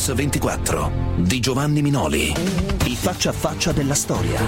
News 24 di Giovanni Minoli. I faccia a faccia della storia.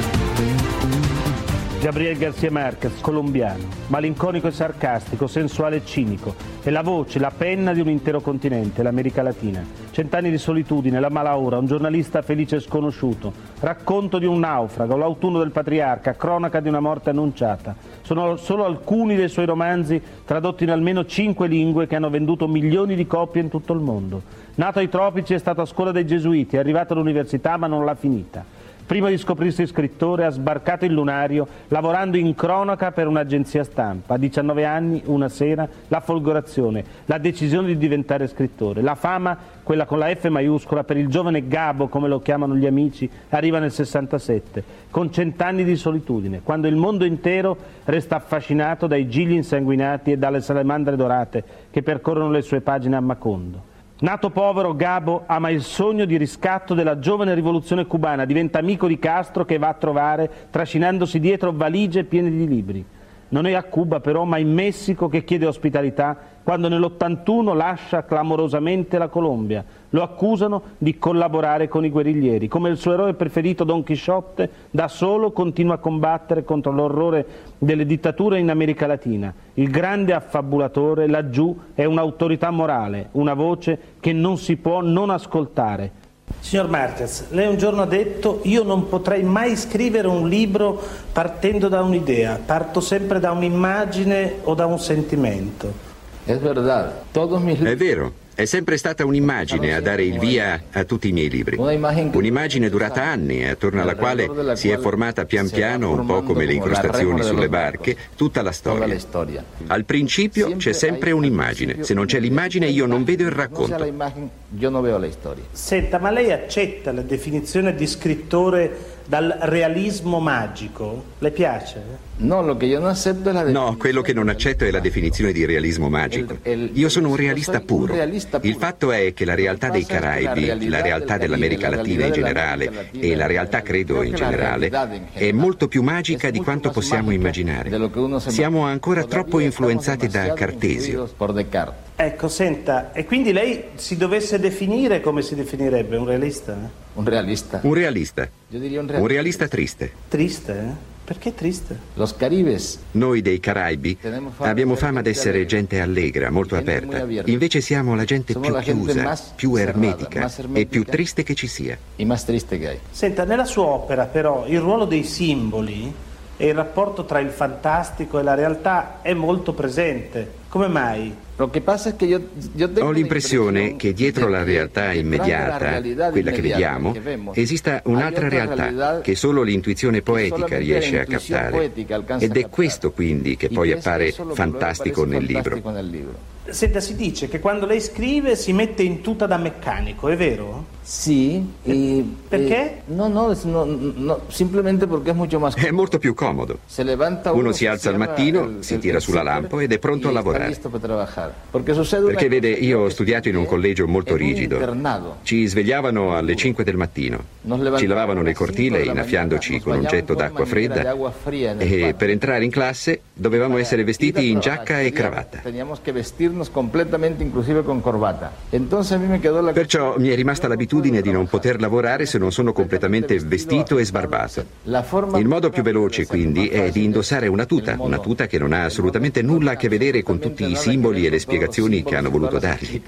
Gabriel García Márquez, colombiano, malinconico e sarcastico, sensuale e cinico. È la voce, la penna di un intero continente, l'America Latina. 100 anni di solitudine, la malaura, un giornalista felice e sconosciuto, racconto di un naufrago, l'autunno del patriarca, cronaca di una morte annunciata. Sono solo alcuni dei suoi romanzi tradotti in almeno 5 lingue che hanno venduto milioni di copie in tutto il mondo. Nato ai tropici, è stato a scuola dei gesuiti, è arrivato all'università ma non l'ha finita. Prima di scoprirsi scrittore ha sbarcato il lunario lavorando in cronaca per un'agenzia stampa. A 19 anni, una sera, la folgorazione, la decisione di diventare scrittore. La fama, quella con la F maiuscola, per il giovane Gabo, come lo chiamano gli amici, arriva nel 67, con 100 anni di solitudine, quando il mondo intero resta affascinato dai gigli insanguinati e dalle salamandre dorate che percorrono le sue pagine a Macondo. Nato povero, Gabo ama il sogno di riscatto della giovane rivoluzione cubana, diventa amico di Castro che va a trovare trascinandosi dietro valigie piene di libri. Non è a Cuba però, ma in Messico che chiede ospitalità quando nell'81 lascia clamorosamente la Colombia. Lo accusano di collaborare con i guerriglieri. Come il suo eroe preferito Don Chisciotte, da solo continua a combattere contro l'orrore delle dittature in America Latina. Il grande affabulatore laggiù è un'autorità morale, una voce che non si può non ascoltare. Signor Márquez, lei un giorno ha detto: io non potrei mai scrivere un libro partendo da un'idea, parto sempre da un'immagine o da un sentimento. È vero, è sempre stata un'immagine a dare il via a tutti i miei libri. Un'immagine durata anni, attorno alla quale si è formata pian piano, un po' come le incrostazioni sulle barche, tutta la storia. Al principio c'è sempre un'immagine, se non c'è l'immagine io non vedo il racconto. Senta, ma lei accetta la definizione di scrittore dal realismo magico? Le piace? No, quello che non accetto è la definizione di realismo magico. Io sono un realista puro. Il fatto è che la realtà dei Caraibi, la realtà dell'America Latina in generale e la realtà, credo, in generale, è molto più magica di quanto possiamo immaginare. Siamo ancora troppo influenzati da Cartesio. Ecco, senta, e quindi lei si dovesse definire, come si definirebbe? Un realista? Un realista. Un realista. Io direi un realista triste. Triste, eh? Perché triste? Noi dei Caraibi abbiamo fama d'essere gente allegra, molto aperta. Invece siamo la gente più chiusa, più ermetica e più triste che ci sia. Senta, nella sua opera però il ruolo dei simboli e il rapporto tra il fantastico e la realtà è molto presente. Come mai? Ho l'impressione che dietro la realtà immediata, quella che vediamo, esista un'altra realtà che solo l'intuizione poetica riesce a captare. Ed è questo quindi che poi appare fantastico nel libro. Senta, si dice che quando lei scrive si mette in tuta da meccanico, è vero? Sì. Perché? No, semplicemente perché è molto più comodo. Uno si alza al mattino, si tira sulla lampo ed è pronto a lavorare. Perché vede, io ho studiato in un collegio molto rigido. Ci svegliavano alle 5 del mattino. Ci lavavano nel cortile innaffiandoci con un getto d'acqua fredda e per entrare in classe dovevamo essere vestiti in giacca e cravatta. Completamente inclusive con corbata. Perciò mi è rimasta l'abitudine di non poter lavorare se non sono completamente vestito e sbarbato. Il modo più veloce quindi è di indossare una tuta che non ha assolutamente nulla a che vedere con tutti i simboli e le spiegazioni che hanno voluto dargli.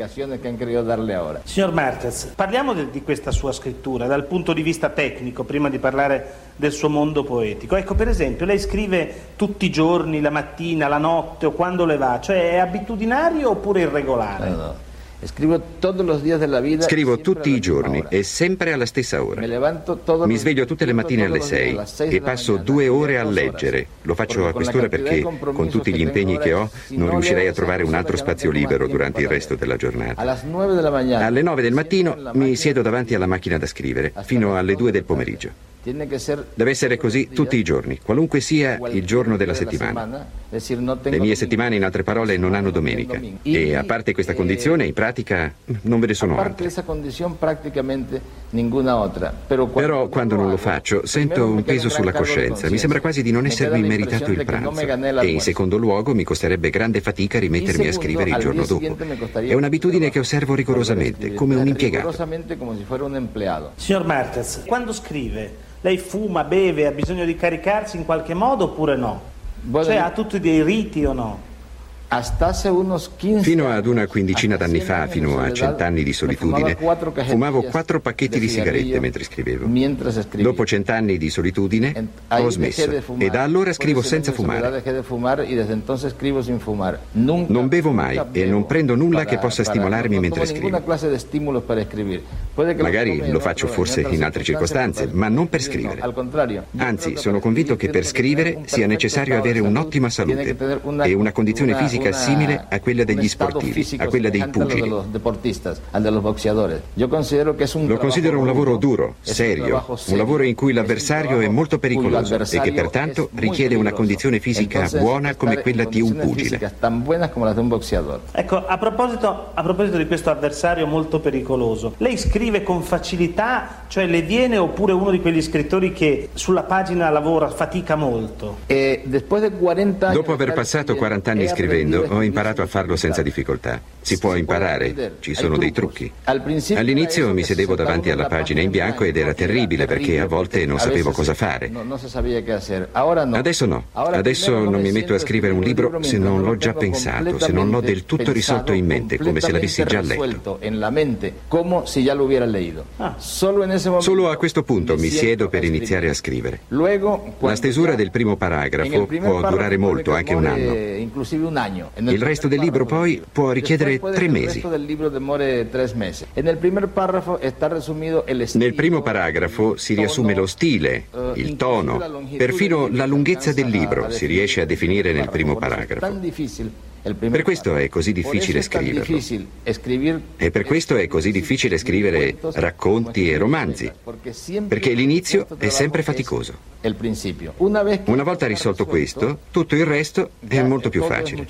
Signor Márquez, parliamo di questa sua scrittura dal punto di vista tecnico prima di parlare del suo mondo poetico. Ecco, per esempio, lei scrive tutti i giorni, la mattina, la notte o quando le va, cioè è abitudinario oppure irregolare? No. Scrivo tutti i giorni e sempre alla stessa ora. Mi sveglio tutte le mattine alle 6 e passo 2 ore a leggere. Lo faccio a quest'ora perché con tutti gli impegni che ho non riuscirei a trovare un altro spazio libero durante il resto della giornata. Alle 9 del mattino mi siedo davanti alla macchina da scrivere fino alle 2 del pomeriggio. Deve essere così tutti i giorni, qualunque sia il giorno della settimana. Le mie settimane, in altre parole, non hanno domenica. E a parte questa condizione, in pratica non ve ne sono altre. Però quando non lo faccio, sento un peso sulla coscienza. Mi sembra quasi di non essermi meritato il pranzo. E in secondo luogo mi costerebbe grande fatica rimettermi a scrivere il giorno dopo. È un'abitudine che osservo rigorosamente, come un impiegato. Signor Marquez, quando scrive, lei fuma, beve, ha bisogno di caricarsi in qualche modo oppure no? Cioè ha tutti dei riti o no? Fino ad una quindicina d'anni fa, fino a 100 anni di solitudine, fumavo 4 pacchetti di sigarette mentre scrivevo. Dopo 100 anni di solitudine ho smesso e da allora scrivo senza fumare. Non bevo mai e non prendo nulla che possa stimolarmi mentre scrivo. Magari lo faccio forse in altre circostanze, ma non per scrivere. Anzi, sono convinto che per scrivere sia necessario avere un'ottima salute e una condizione fisica simile a quella degli sportivi, a quella dei pugili. Lo considero un lavoro duro, serio, un lavoro in cui l'avversario è molto pericoloso e che pertanto richiede una condizione fisica buona come quella di un pugile. Ecco, a proposito di questo avversario molto pericoloso, lei scrive con facilità, cioè le viene, oppure uno di quegli scrittori che sulla pagina lavora, fatica molto? Dopo aver passato 40 anni scrivendo, ho imparato a farlo senza difficoltà. Si può imparare, ci sono dei trucchi. All'inizio mi sedevo davanti alla pagina in bianco ed era terribile perché a volte non sapevo cosa fare. Adesso no, adesso non mi metto a scrivere un libro se non l'ho già pensato, se non l'ho del tutto risolto in mente, come se l'avessi già letto. Solo a questo punto mi siedo per iniziare a scrivere. La stesura del primo paragrafo può durare molto, anche un anno. Il resto del libro poi può richiedere 3 mesi. Nel primo paragrafo si riassume lo stile, il tono, perfino la lunghezza del libro si riesce a definire nel primo paragrafo. Per questo è così difficile scriverlo. E per questo è così difficile scrivere racconti e romanzi, perché l'inizio è sempre faticoso. Una volta risolto questo, tutto il resto è molto più facile.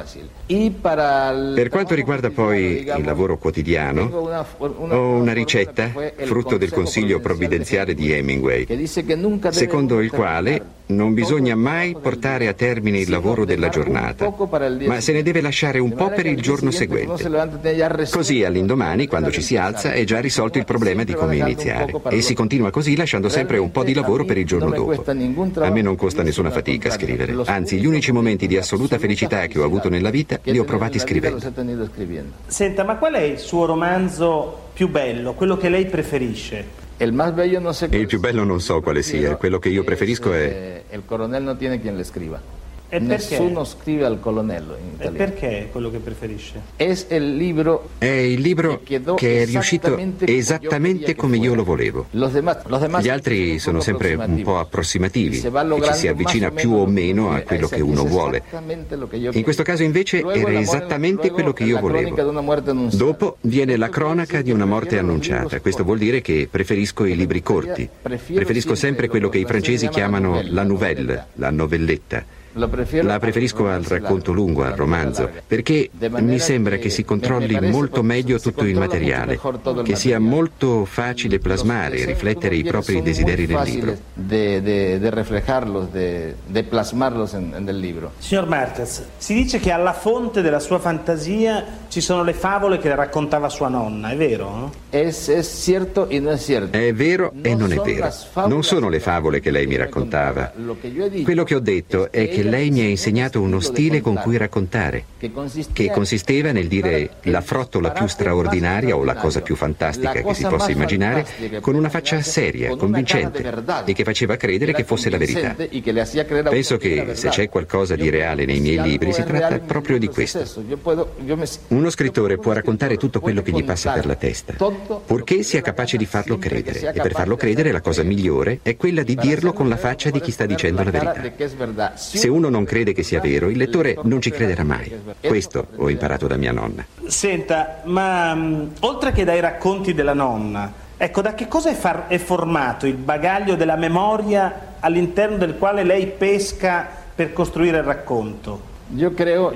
Per quanto riguarda poi il lavoro quotidiano, ho una ricetta, frutto del consiglio provvidenziale di Hemingway, secondo il quale non bisogna mai portare a termine il lavoro della giornata, ma se ne deve lasciare un po' per il giorno seguente. Così all'indomani, quando ci si alza, è già risolto il problema di come iniziare. E si continua così lasciando sempre un po' di lavoro per il giorno dopo. A me non costa nessuna fatica scrivere. Anzi, gli unici momenti di assoluta felicità che ho avuto nella vita li ho provati scrivendo. Senta, ma qual è il suo romanzo più bello, quello che lei preferisce? Il più bello non so quale sia, quello che io preferisco è... Il coronel non tiene quien le scriva. E Nessuno scrive al colonnello in italiano. E perché è quello che preferisce? È il libro che è riuscito esattamente come io lo volevo. Gli altri sono sempre un po' approssimativi e ci si avvicina più o meno a quello che uno vuole. In questo caso invece era esattamente quello che io volevo. Dopo viene la cronaca di una morte annunciata. Questo vuol dire che preferisco i libri corti. Preferisco sempre quello che i francesi chiamano la nouvelle, la novelletta. La preferisco al racconto lungo, al romanzo, perché mi sembra che si controlli molto meglio tutto il materiale, che sia molto facile plasmare e riflettere i propri desideri nel libro. Signor Marquez, si dice che alla fonte della sua fantasia ci sono le favole che le raccontava sua nonna, è vero? No? È vero e non è vero. Non sono le favole che lei mi raccontava. Quello che ho detto è che lei mi ha insegnato uno stile con cui raccontare, che consisteva nel dire la frottola più straordinaria o la cosa più fantastica che si possa immaginare con una faccia seria, convincente e che faceva credere che fosse la verità. Penso che se c'è qualcosa di reale nei miei libri si tratta proprio di questo. Uno scrittore può raccontare tutto quello che gli passa per la testa, purché sia capace di farlo credere, e per farlo credere la cosa migliore è quella di dirlo con la faccia di chi sta dicendo la verità. Se uno non crede che sia vero, il lettore non ci crederà mai. Questo ho imparato da mia nonna. Senta, ma oltre che dai racconti della nonna, Ecco, da che cosa è formato il bagaglio della memoria all'interno del quale lei pesca per costruire il racconto? Io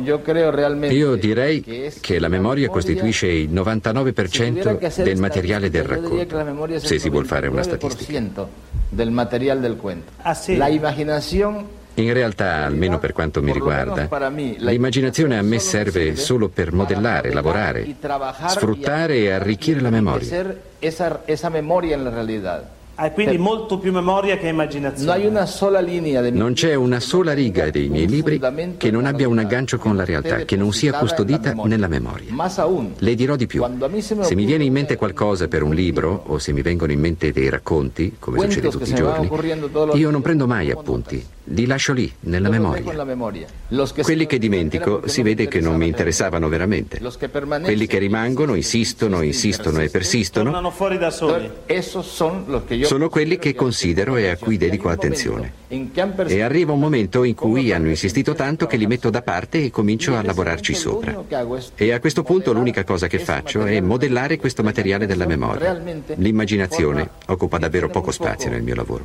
direi che la memoria costituisce il 99% del materiale del racconto, se si vuol fare una statistica. Del materiale del cuento. Ah, sì. La imaginación, in realtà, almeno per quanto mi riguarda, l'immaginazione a me serve solo per modellare, lavorare, sfruttare e arricchire la memoria. Esa memoria en la realidad. Quindi molto più memoria che immaginazione. Non c'è una sola riga dei miei libri che non abbia un aggancio con la realtà, che non sia custodita nella memoria. Le dirò di più. Se mi viene in mente qualcosa per un libro, o se mi vengono in mente dei racconti, come succede tutti i giorni, io non prendo mai appunti. Li lascio lì, nella memoria. Quelli che dimentico si vede che non mi interessavano veramente. Quelli che rimangono, insistono e persistono, tornano fuori da soli. Sono quelli che considero e a cui dedico attenzione. E arriva un momento in cui hanno insistito tanto che li metto da parte e comincio a lavorarci sopra. E a questo punto l'unica cosa che faccio è modellare questo materiale della memoria. L'immaginazione occupa davvero poco spazio nel mio lavoro.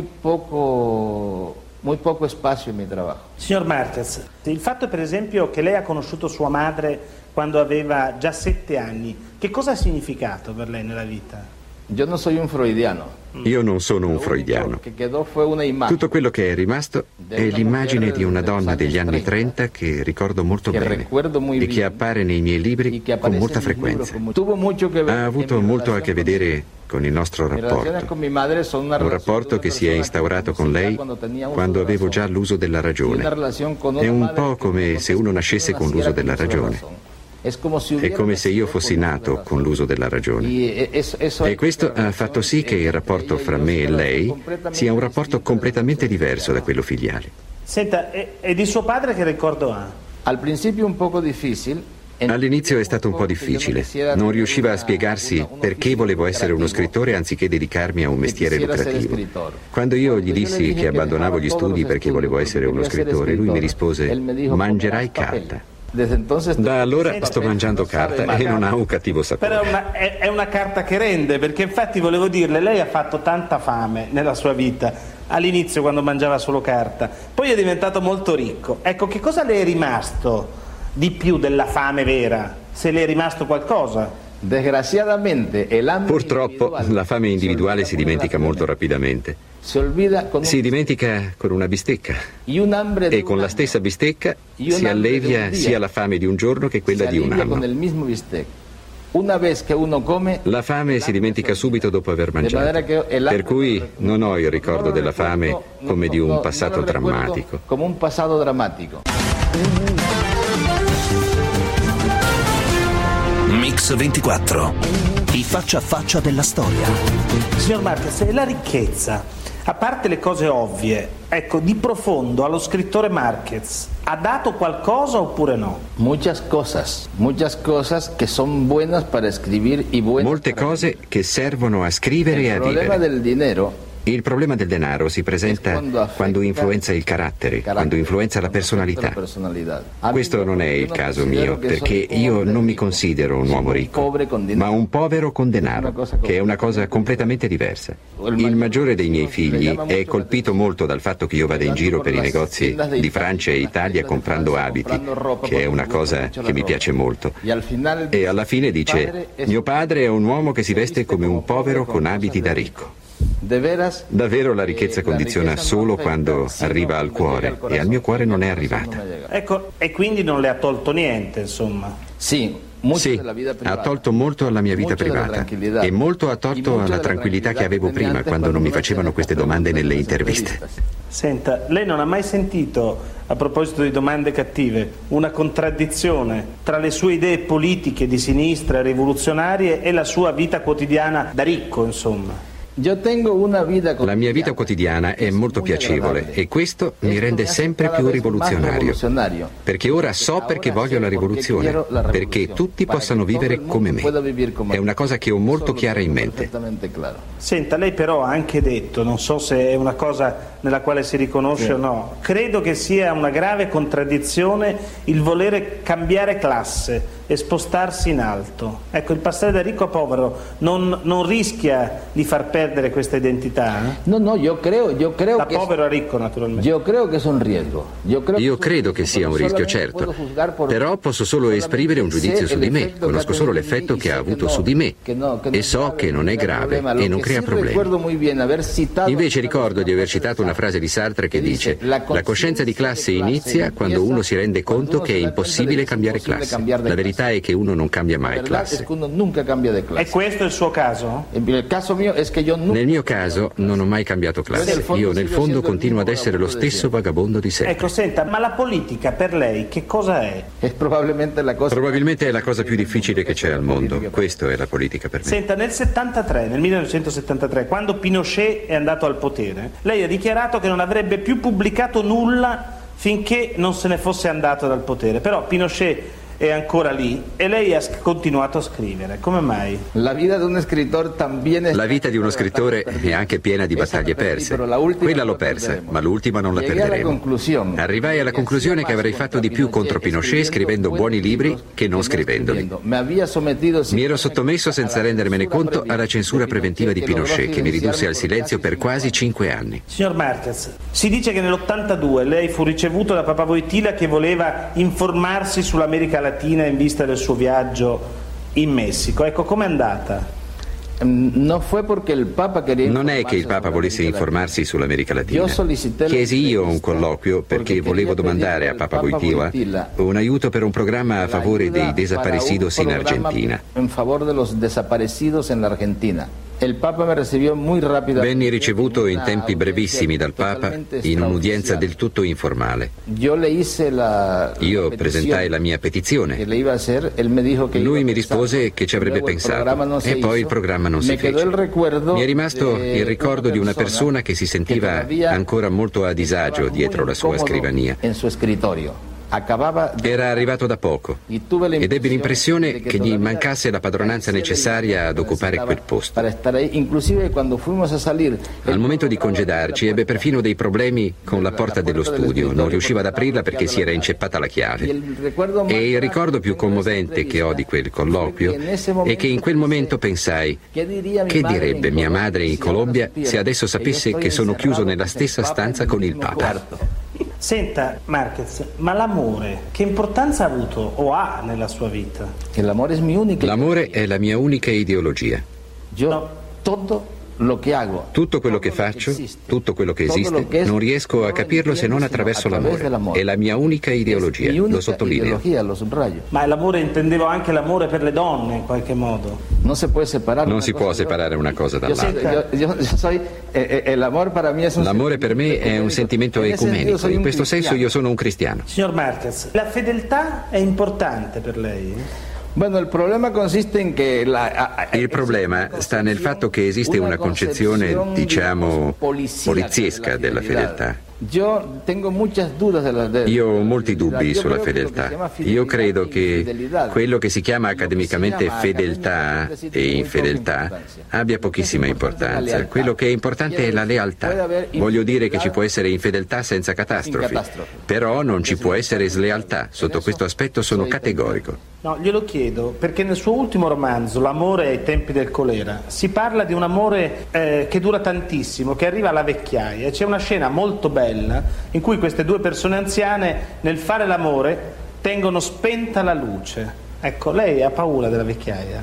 Muy poco spazio nel mio lavoro. Signor Márquez, il fatto per esempio che lei ha conosciuto sua madre quando aveva già 7 anni, che cosa ha significato per lei nella vita? Io non sono un freudiano. Tutto quello che è rimasto è l'immagine di una donna degli anni 30 che ricordo molto bene e che appare nei miei libri con molta frequenza. Ha avuto molto a che vedere con il nostro rapporto, un rapporto che si è instaurato con lei quando avevo già l'uso della ragione. È un po' come se uno nascesse con l'uso della ragione. È come se io fossi nato con l'uso della ragione. E questo ha fatto sì che il rapporto fra me e lei sia un rapporto completamente diverso da quello filiale. Senta, e di suo padre che ricordo ha? All'inizio è stato un po' difficile. Non riusciva a spiegarsi perché volevo essere uno scrittore anziché dedicarmi a un mestiere lucrativo. Quando io gli dissi che abbandonavo gli studi perché volevo essere uno scrittore, lui mi rispose: mangerai carta. Da allora sto mangiando carta e non ha un cattivo sapore. Però è una carta che rende, perché infatti volevo dirle, lei ha fatto tanta fame nella sua vita, all'inizio quando mangiava solo carta, poi è diventato molto ricco. Ecco, che cosa le è rimasto di più della fame vera, se le è rimasto qualcosa? Purtroppo la fame individuale si dimentica molto rapidamente. Si dimentica con una bistecca e con la stessa bistecca si allevia sia la fame di un giorno che quella di un anno. La fame si dimentica subito dopo aver mangiato, per cui non ho il ricordo della fame come di un passato drammatico. Mix 24, i faccia a faccia della storia. Signor Márquez, la ricchezza, a parte le cose ovvie, ecco, di profondo allo scrittore Márquez ha dato qualcosa oppure no? Molte cose che servono a scrivere e a vivere. Il problema del denaro si presenta quando influenza il carattere, quando influenza la personalità. Questo non è il caso mio, perché io non mi considero un uomo ricco, ma un povero con denaro, che è una cosa completamente diversa. Il maggiore dei miei figli è colpito molto dal fatto che io vada in giro per i negozi di Francia e Italia comprando abiti, che è una cosa che mi piace molto. E alla fine dice: mio padre è un uomo che si veste come un povero con abiti da ricco. Davvero la ricchezza condiziona solo quando arriva al cuore, e al mio cuore non è arrivata. Ecco, e quindi non le ha tolto niente, insomma. Sì, ha tolto molto alla mia vita privata e molto ha tolto alla tranquillità che avevo prima, quando non mi facevano queste domande nelle interviste. Senta, lei non ha mai sentito, a proposito di domande cattive, una contraddizione tra le sue idee politiche di sinistra e rivoluzionarie e la sua vita quotidiana da ricco, insomma? La mia vita quotidiana è molto piacevole e questo mi rende sempre più rivoluzionario, perché ora so perché voglio la rivoluzione, perché tutti possano vivere come me. È una cosa che ho molto chiara in mente. Senta, lei però ha anche detto, non so se è una cosa nella quale si riconosce o no, credo che sia una grave contraddizione il volere cambiare classe e spostarsi in alto. Ecco, il passare da ricco a povero non rischia di far perdere questa identità? No, io credo da povero a ricco, naturalmente. Io credo che sia un rischio. Io credo che sia un rischio, certo, però posso solo esprimere un giudizio su di me, conosco solo l'effetto che ha avuto su di me e so che non è grave e non crea problemi. Invece ricordo di aver citato una frase di Sartre che dice: la coscienza di classe inizia quando uno si rende conto che è impossibile cambiare classe. La verità è che uno non cambia mai classe. E questo è il suo caso? Nel mio caso non ho mai cambiato classe. Io nel fondo continuo ad essere lo stesso vagabondo di sempre. Ecco, senta, ma la politica per lei che cosa è? Probabilmente è la cosa più difficile che c'è al mondo. Questo è la politica per me. Senta, nel 1973, quando Pinochet è andato al potere, lei ha dichiarato che non avrebbe più pubblicato nulla finché non se ne fosse andato dal potere. Però Pinochet è ancora lì e lei ha continuato a scrivere. Come mai? La vita di uno scrittore è anche piena di battaglie perse. Quella l'ho persa, ma l'ultima non la perderemo. Arrivai alla conclusione che avrei fatto di più contro Pinochet scrivendo buoni libri che non scrivendoli. Mi ero sottomesso senza rendermene conto alla censura preventiva di Pinochet, che mi ridusse al silenzio per quasi 5 anni. Signor Márquez, si dice che nell'82 lei fu ricevuto da Papa Wojtyla che voleva informarsi sull'America Latina in vista del suo viaggio in Messico. Ecco, com'è andata? Non è che il Papa volesse informarsi sull'America Latina. Chiesi io un colloquio perché volevo domandare a Papa Wojtyla un aiuto per un programma a favore dei desaparecidos in Argentina. Venni ricevuto in tempi brevissimi dal Papa in un'udienza del tutto informale. Io presentai la mia petizione. Lui mi rispose che ci avrebbe pensato e poi il programma non si fece. Mi è rimasto il ricordo di una persona che si sentiva ancora molto a disagio dietro la sua scrivania. Era arrivato da poco ed ebbi l'impressione che gli mancasse la padronanza necessaria ad occupare quel posto. Al momento di congedarci ebbe perfino dei problemi con la porta dello studio, non riusciva ad aprirla perché si era inceppata la chiave. E il ricordo più commovente che ho di quel colloquio è che in quel momento pensai: che direbbe mia madre in Colombia se adesso sapesse che sono chiuso nella stessa stanza con il Papa? Senta, Márquez, ma l'amore, che importanza ha avuto o ha nella sua vita? L'amore è la mia unica ideologia. Tutto quello che faccio, tutto quello che esiste, non riesco a capirlo se non attraverso l'amore. È la mia unica ideologia, lo sottolineo. Ma l'amore intendevo anche l'amore per le donne, in qualche modo. Non si può separare una cosa dall'altra. L'amore per me è un sentimento ecumenico. In questo senso io sono un cristiano. Signor Márquez, la fedeltà è importante per lei? Il problema sta nel fatto che esiste una concezione, diciamo, poliziesca della fedeltà. Io ho molti dubbi sulla fedeltà. Io credo che quello che si chiama accademicamente fedeltà e infedeltà abbia pochissima importanza. Quello che è importante è la lealtà. Voglio dire che ci può essere infedeltà senza catastrofi, però non ci può essere slealtà. Sotto questo aspetto sono categorico. No, glielo chiedo perché nel suo ultimo romanzo, L'amore ai tempi del colera, si parla di un amore che dura tantissimo, che arriva alla vecchiaia. C'è una scena molto bella in cui queste due persone anziane, nel fare l'amore, tengono spenta la luce. Ecco, lei ha paura della vecchiaia?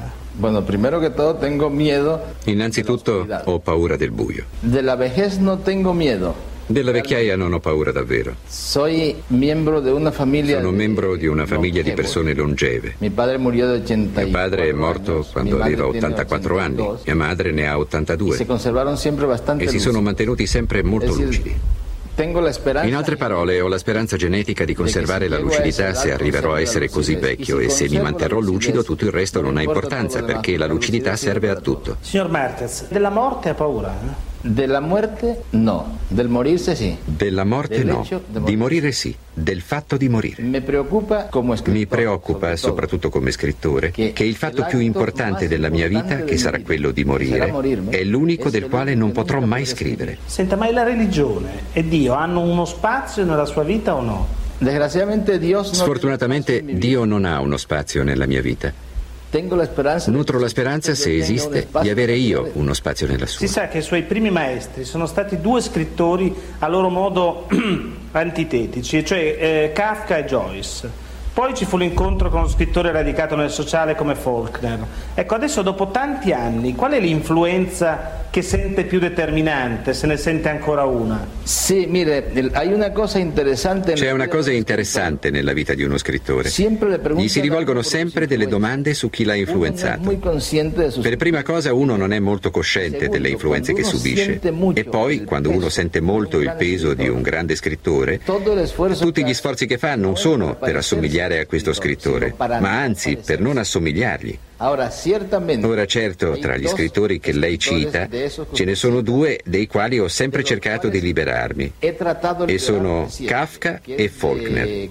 Innanzitutto ho paura del buio. Della vejez no tengo miedo. Della vecchiaia non ho paura davvero. Sono membro di una famiglia di persone longeve. Mio padre è morto quando aveva 84 anni, mia madre ne ha 82 e si sono mantenuti sempre molto lucidi. In altre parole, ho la speranza genetica di conservare la lucidità se arriverò a essere così vecchio, e se mi manterrò lucido tutto il resto non ha importanza, perché la lucidità serve a tutto. Signor Márquez, della morte ha paura? Della muerte no, del morirse sì. Della morte no, di morire sì, del fatto di morire. Mi preoccupa, soprattutto come scrittore, che il fatto più importante della mia vita, che sarà quello di morire, è l'unico del quale non potrò mai scrivere. Senta, ma la religione e Dio hanno uno spazio nella sua vita o no? Sfortunatamente Dio non ha uno spazio nella mia vita. Nutro la speranza, se esiste, di avere io uno spazio nella sua. Si sa che i suoi primi maestri sono stati due scrittori a loro modo antitetici, cioè Kafka e Joyce. Poi ci fu l'incontro con uno scrittore radicato nel sociale come Faulkner. Ecco, adesso dopo tanti anni, qual è l'influenza che sente più determinante, se ne sente ancora una? Sì, mire, hay una cosa interessante. C'è una cosa interessante nella vita di uno scrittore. Gli si rivolgono sempre delle domande su chi l'ha influenzato. Per prima cosa uno non è molto cosciente delle influenze che subisce. E poi, quando uno sente molto il peso di un grande scrittore, tutti gli sforzi che fa non sono per assomigliare a questo scrittore, ma anzi per non assomigliargli. Ora certo, tra gli scrittori che lei cita, ce ne sono due dei quali ho sempre cercato di liberarmi, e sono Kafka e Faulkner.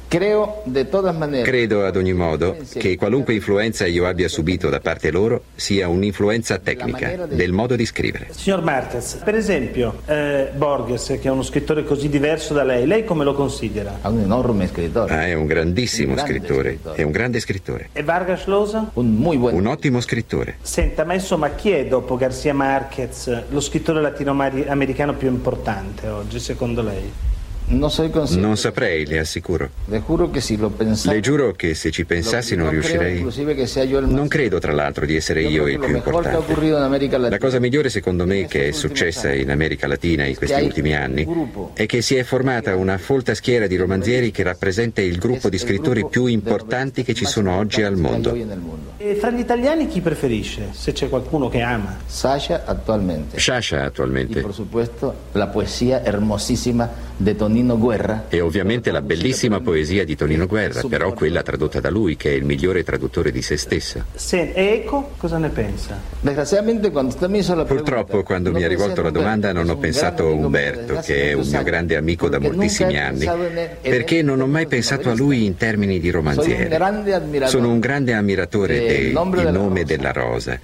Credo ad ogni modo che qualunque influenza io abbia subito da parte loro sia un'influenza tecnica del modo di scrivere. Signor Marquez, per esempio Borges, che è uno scrittore così diverso da lei come lo considera? È un enorme scrittore. È un grandissimo scrittore, è un grande scrittore. E Vargas Llosa? Un ottimo scrittore. Senta, ma insomma, chi è dopo García Márquez lo scrittore latinoamericano più importante oggi, secondo lei? Non saprei, le assicuro. Le giuro che se ci pensassi non riuscirei. Non credo, tra l'altro, di essere io il più importante. La cosa migliore, secondo me, che è successa in America Latina in questi ultimi anni è che si è formata una folta schiera di romanzieri che rappresenta il gruppo di scrittori più importanti che ci sono oggi al mondo. E fra gli italiani chi preferisce, se c'è qualcuno che ama? Sciascia attualmente. E por supuesto la poesia hermosissima di Tonino Guerra. E ovviamente la bellissima poesia di Tonino Guerra, però quella tradotta da lui, che è il migliore traduttore di se stesso. E Eco cosa ne pensa? Purtroppo, quando mi ha rivolto la domanda, non ho pensato a Umberto, che è un mio grande amico da moltissimi anni, perché non ho mai pensato a lui in termini di romanziere. Sono un grande ammiratore de Il nome della rosa,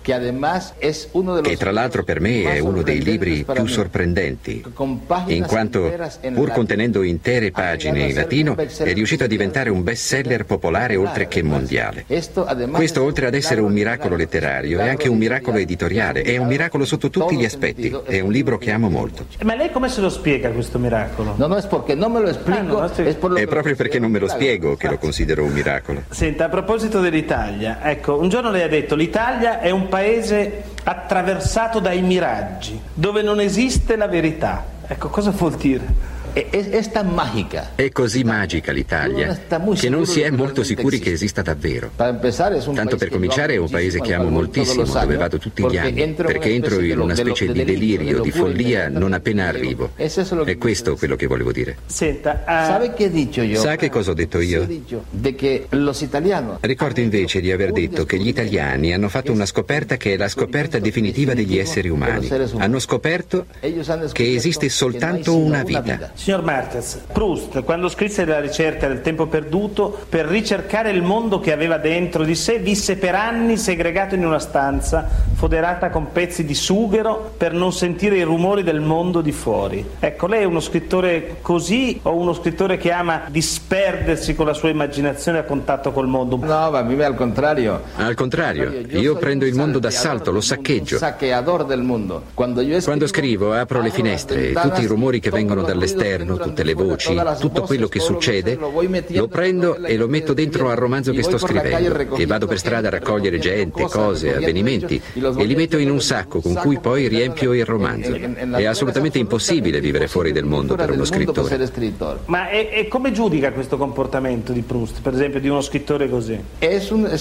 che tra l'altro per me è uno dei libri più sorprendenti, in quanto, pur contenendo intere pagine in latino, è riuscito a diventare un bestseller popolare oltre che mondiale. Questo, oltre ad essere un miracolo letterario, è anche un miracolo editoriale, è un miracolo sotto tutti gli aspetti, è un libro che amo molto. Ma lei come se lo spiega questo miracolo? È proprio perché non me lo spiego che lo considero un miracolo. Senta, a proposito dell'Italia, ecco, un giorno lei ha detto: l'Italia è un paese attraversato dai miraggi, dove non esiste la verità. Ecco, cosa vuol dire? È così magica l'Italia che non si è molto sicuri che esista davvero. Tanto per cominciare è un paese che amo moltissimo, dove vado tutti gli anni, perché entro in una specie di delirio, di follia non appena arrivo. È questo quello che volevo dire. Senta, sa che cosa ho detto io? Ricordo invece di aver detto che gli italiani hanno fatto una scoperta che è la scoperta definitiva degli esseri umani. Hanno scoperto che esiste soltanto una vita. Signor Marquez, Proust, quando scrisse La ricerca del tempo perduto, per ricercare il mondo che aveva dentro di sé, visse per anni segregato in una stanza, foderata con pezzi di sughero, per non sentire i rumori del mondo di fuori. Ecco, lei è uno scrittore così o uno scrittore che ama disperdersi con la sua immaginazione a contatto col mondo? No, ma vive al contrario. Al contrario, io prendo il mondo d'assalto, lo saccheggio. Quando scrivo apro le finestre e tutti i rumori che vengono dall'esterno, tutte le voci, tutto quello che succede, lo prendo e lo metto dentro al romanzo che sto scrivendo e vado per strada a raccogliere gente, cose, avvenimenti e li metto in un sacco con cui poi riempio il romanzo. È assolutamente impossibile vivere fuori del mondo per uno scrittore. Ma e come giudica questo comportamento di Proust, per esempio, di uno scrittore così? È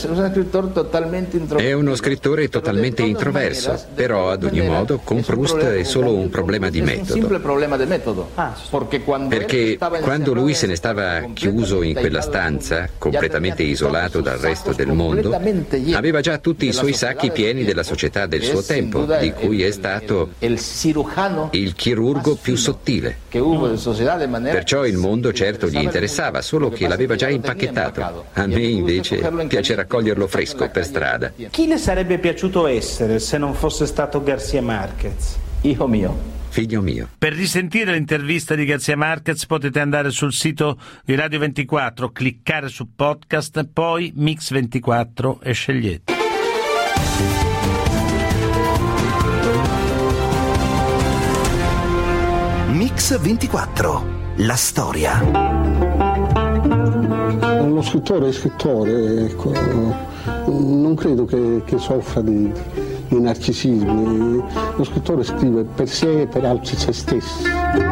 uno scrittore totalmente introverso, però ad ogni modo con Proust è solo un problema di metodo. Perché quando lui se ne stava chiuso in quella stanza, completamente isolato dal resto del mondo, aveva già tutti i suoi sacchi pieni della società del suo tempo, di cui è stato il chirurgo più sottile. Perciò il mondo certo gli interessava, solo che l'aveva già impacchettato. A me invece piace raccoglierlo fresco per strada. Chi le sarebbe piaciuto essere se non fosse stato García Márquez? Hijo mio. figlio mio. Per risentire l'intervista di García Márquez potete andare sul sito di Radio 24, cliccare su podcast, poi Mix 24 e scegliete. Mix 24, la storia. Lo scrittore è scrittore, ecco. Non credo che soffra di narcisismi. Lo scrittore scrive per sé e per altri se stesso.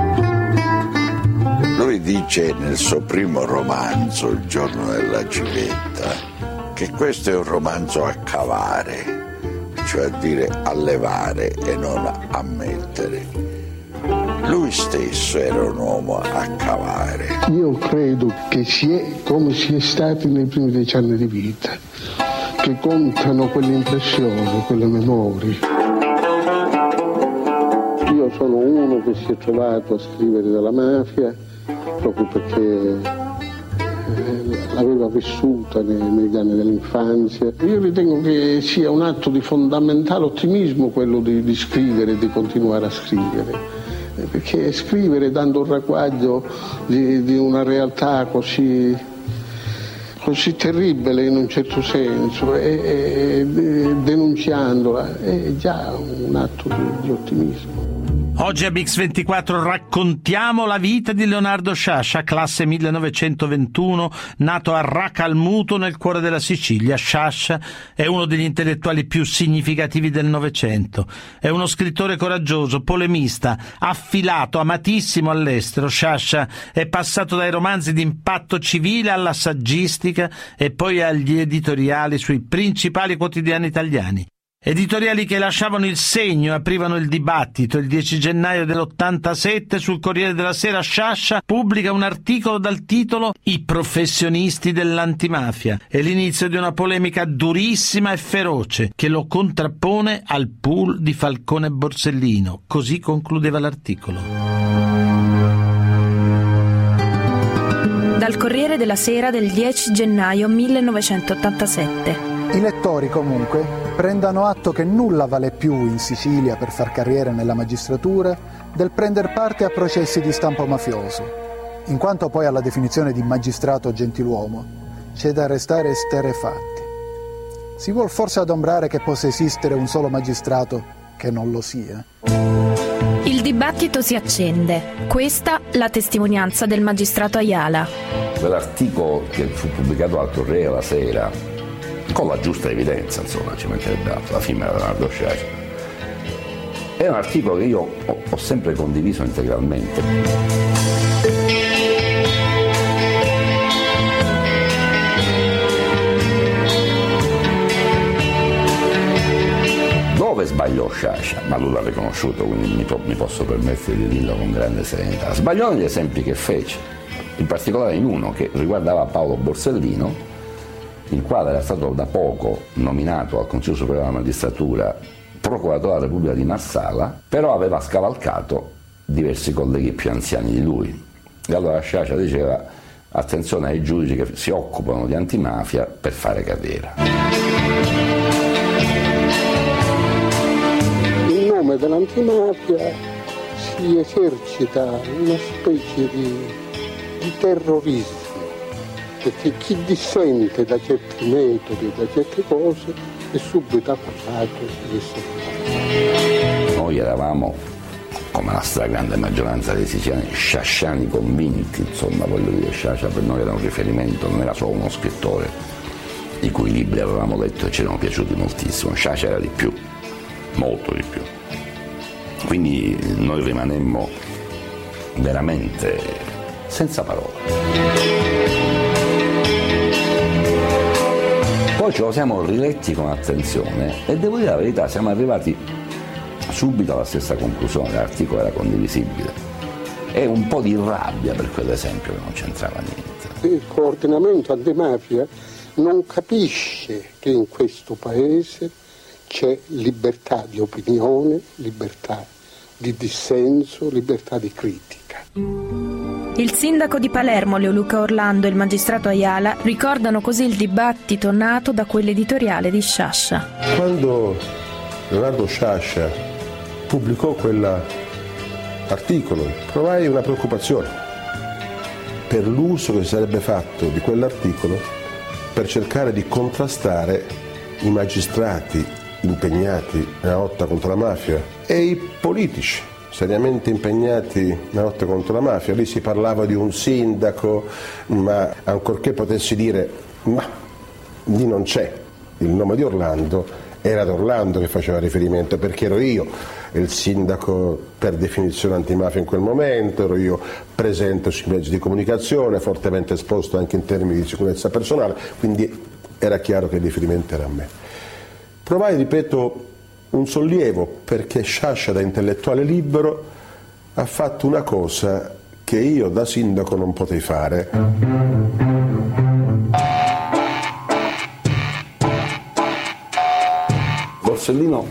Lui dice nel suo primo romanzo, Il giorno della civetta, che questo è un romanzo a cavare, cioè a dire a levare e non a mettere. Lui stesso era un uomo a cavare. Io credo che si è come si è stati nei primi 10 anni di vita, che contano quelle impressioni, quelle memorie. Io sono uno che si è trovato a scrivere della mafia proprio perché l'aveva vissuta negli anni dell'infanzia. Io ritengo che sia un atto di fondamentale ottimismo quello di scrivere, di continuare a scrivere. Perché scrivere dando un ragguaglio di una realtà così terribile in un certo senso e denunciandola è già un atto di ottimismo. Oggi a Mix 24 raccontiamo la vita di Leonardo Sciascia, classe 1921, nato a Racalmuto nel cuore della Sicilia. Sciascia è uno degli intellettuali più significativi del Novecento. È uno scrittore coraggioso, polemista, affilato, amatissimo all'estero. Sciascia è passato dai romanzi di impatto civile alla saggistica e poi agli editoriali sui principali quotidiani italiani. Editoriali che lasciavano il segno e aprivano il dibattito. Il 10 gennaio dell'87 sul Corriere della Sera Sciascia pubblica un articolo dal titolo I professionisti dell'antimafia. È l'inizio di una polemica durissima e feroce che lo contrappone al pool di Falcone e Borsellino. Così concludeva l'articolo. Dal Corriere della Sera del 10 gennaio 1987. I lettori, comunque, prendano atto che nulla vale più in Sicilia per far carriera nella magistratura del prender parte a processi di stampo mafioso, in quanto poi alla definizione di magistrato gentiluomo c'è da restare esterrefatti. Si vuol forse adombrare che possa esistere un solo magistrato che non lo sia? Il dibattito si accende. Questa la testimonianza del magistrato Ayala. Quell'articolo che fu pubblicato al Corriere della Sera, con la giusta evidenza, insomma, ci mancherebbe altro, la firma di Leonardo Sciascia, è un articolo che io ho sempre condiviso integralmente. Dove sbagliò Sciascia? Ma lui l'ha riconosciuto, quindi mi posso permettere di dirlo con grande serenità. Sbagliò negli esempi che fece, in particolare in uno che riguardava Paolo Borsellino, il quale era stato da poco nominato al Consiglio Superiore della Magistratura procuratore della Repubblica di Marsala, però aveva scavalcato diversi colleghi più anziani di lui. E allora Sciascia diceva: attenzione ai giudici che si occupano di antimafia per fare carriera. In nome dell'antimafia si esercita una specie di terrorismo, perché chi dissente da certi metodi, da certe cose, è subito accusato di essere male. Noi eravamo, come la stragrande maggioranza dei siciliani, sciasciani convinti, insomma, voglio dire, Sciascia per noi era un riferimento, non era solo uno scrittore i cui libri avevamo letto e ci erano piaciuti moltissimo. Sciascia era di più, molto di più. Quindi noi rimanemmo veramente senza parole. Poi ce lo siamo riletti con attenzione e devo dire la verità, siamo arrivati subito alla stessa conclusione, l'articolo era condivisibile. E un po' di rabbia per quell'esempio che non c'entrava niente. Il coordinamento antimafia non capisce che in questo paese c'è libertà di opinione, libertà di dissenso, libertà di critica. Il sindaco di Palermo, Leoluca Orlando, e il magistrato Ayala ricordano così il dibattito nato da quell'editoriale di Sciascia. Quando Leonardo Sciascia pubblicò quella articolo, provai una preoccupazione per l'uso che sarebbe fatto di quell'articolo per cercare di contrastare i magistrati impegnati nella lotta contro la mafia e i politici seriamente impegnati nella lotta contro la mafia. Lì si parlava di un sindaco, ma ancorché potessi dire ma lì non c'è il nome di Orlando, era ad Orlando che faceva riferimento, perché ero io il sindaco per definizione antimafia in quel momento, ero io presente sui mezzi di comunicazione, fortemente esposto anche in termini di sicurezza personale, quindi era chiaro che il riferimento era a me. Provai, ripeto, un sollievo perché Sciascia, da intellettuale libero, ha fatto una cosa che io da sindaco non potei fare. Borsellino,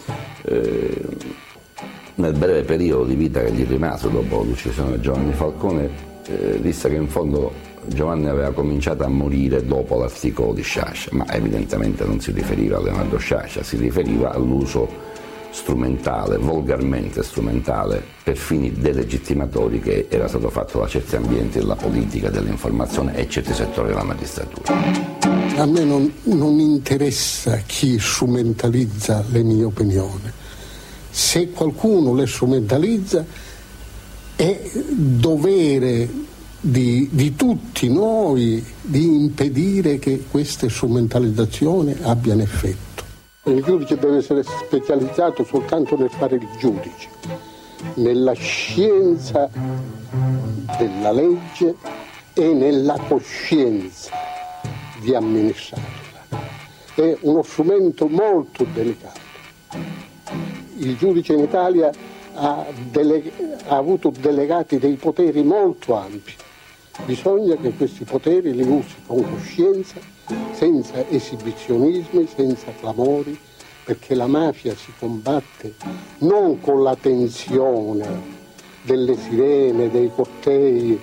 nel breve periodo di vita che gli rimase dopo l'uccisione di Giovanni Falcone, disse che in fondo Giovanni aveva cominciato a morire dopo l'articolo di Sciascia, ma evidentemente non si riferiva a Leonardo Sciascia, si riferiva all'uso strumentale, volgarmente strumentale, per fini delegittimatori che era stato fatto da certi ambienti della politica, dell'informazione e certi settori della magistratura. A me non interessa chi strumentalizza le mie opinioni. Se qualcuno le strumentalizza è dovere di tutti noi di impedire che queste strumentalizzazioni abbiano effetto. Il giudice deve essere specializzato soltanto nel fare il giudice, nella scienza della legge e nella coscienza di amministrarla. È uno strumento molto delicato. Il giudice in Italia ha avuto delegati dei poteri molto ampi. Bisogna che questi poteri li usi con coscienza, senza esibizionismi, senza clamori, perché la mafia si combatte non con la tensione delle sirene, dei cortei,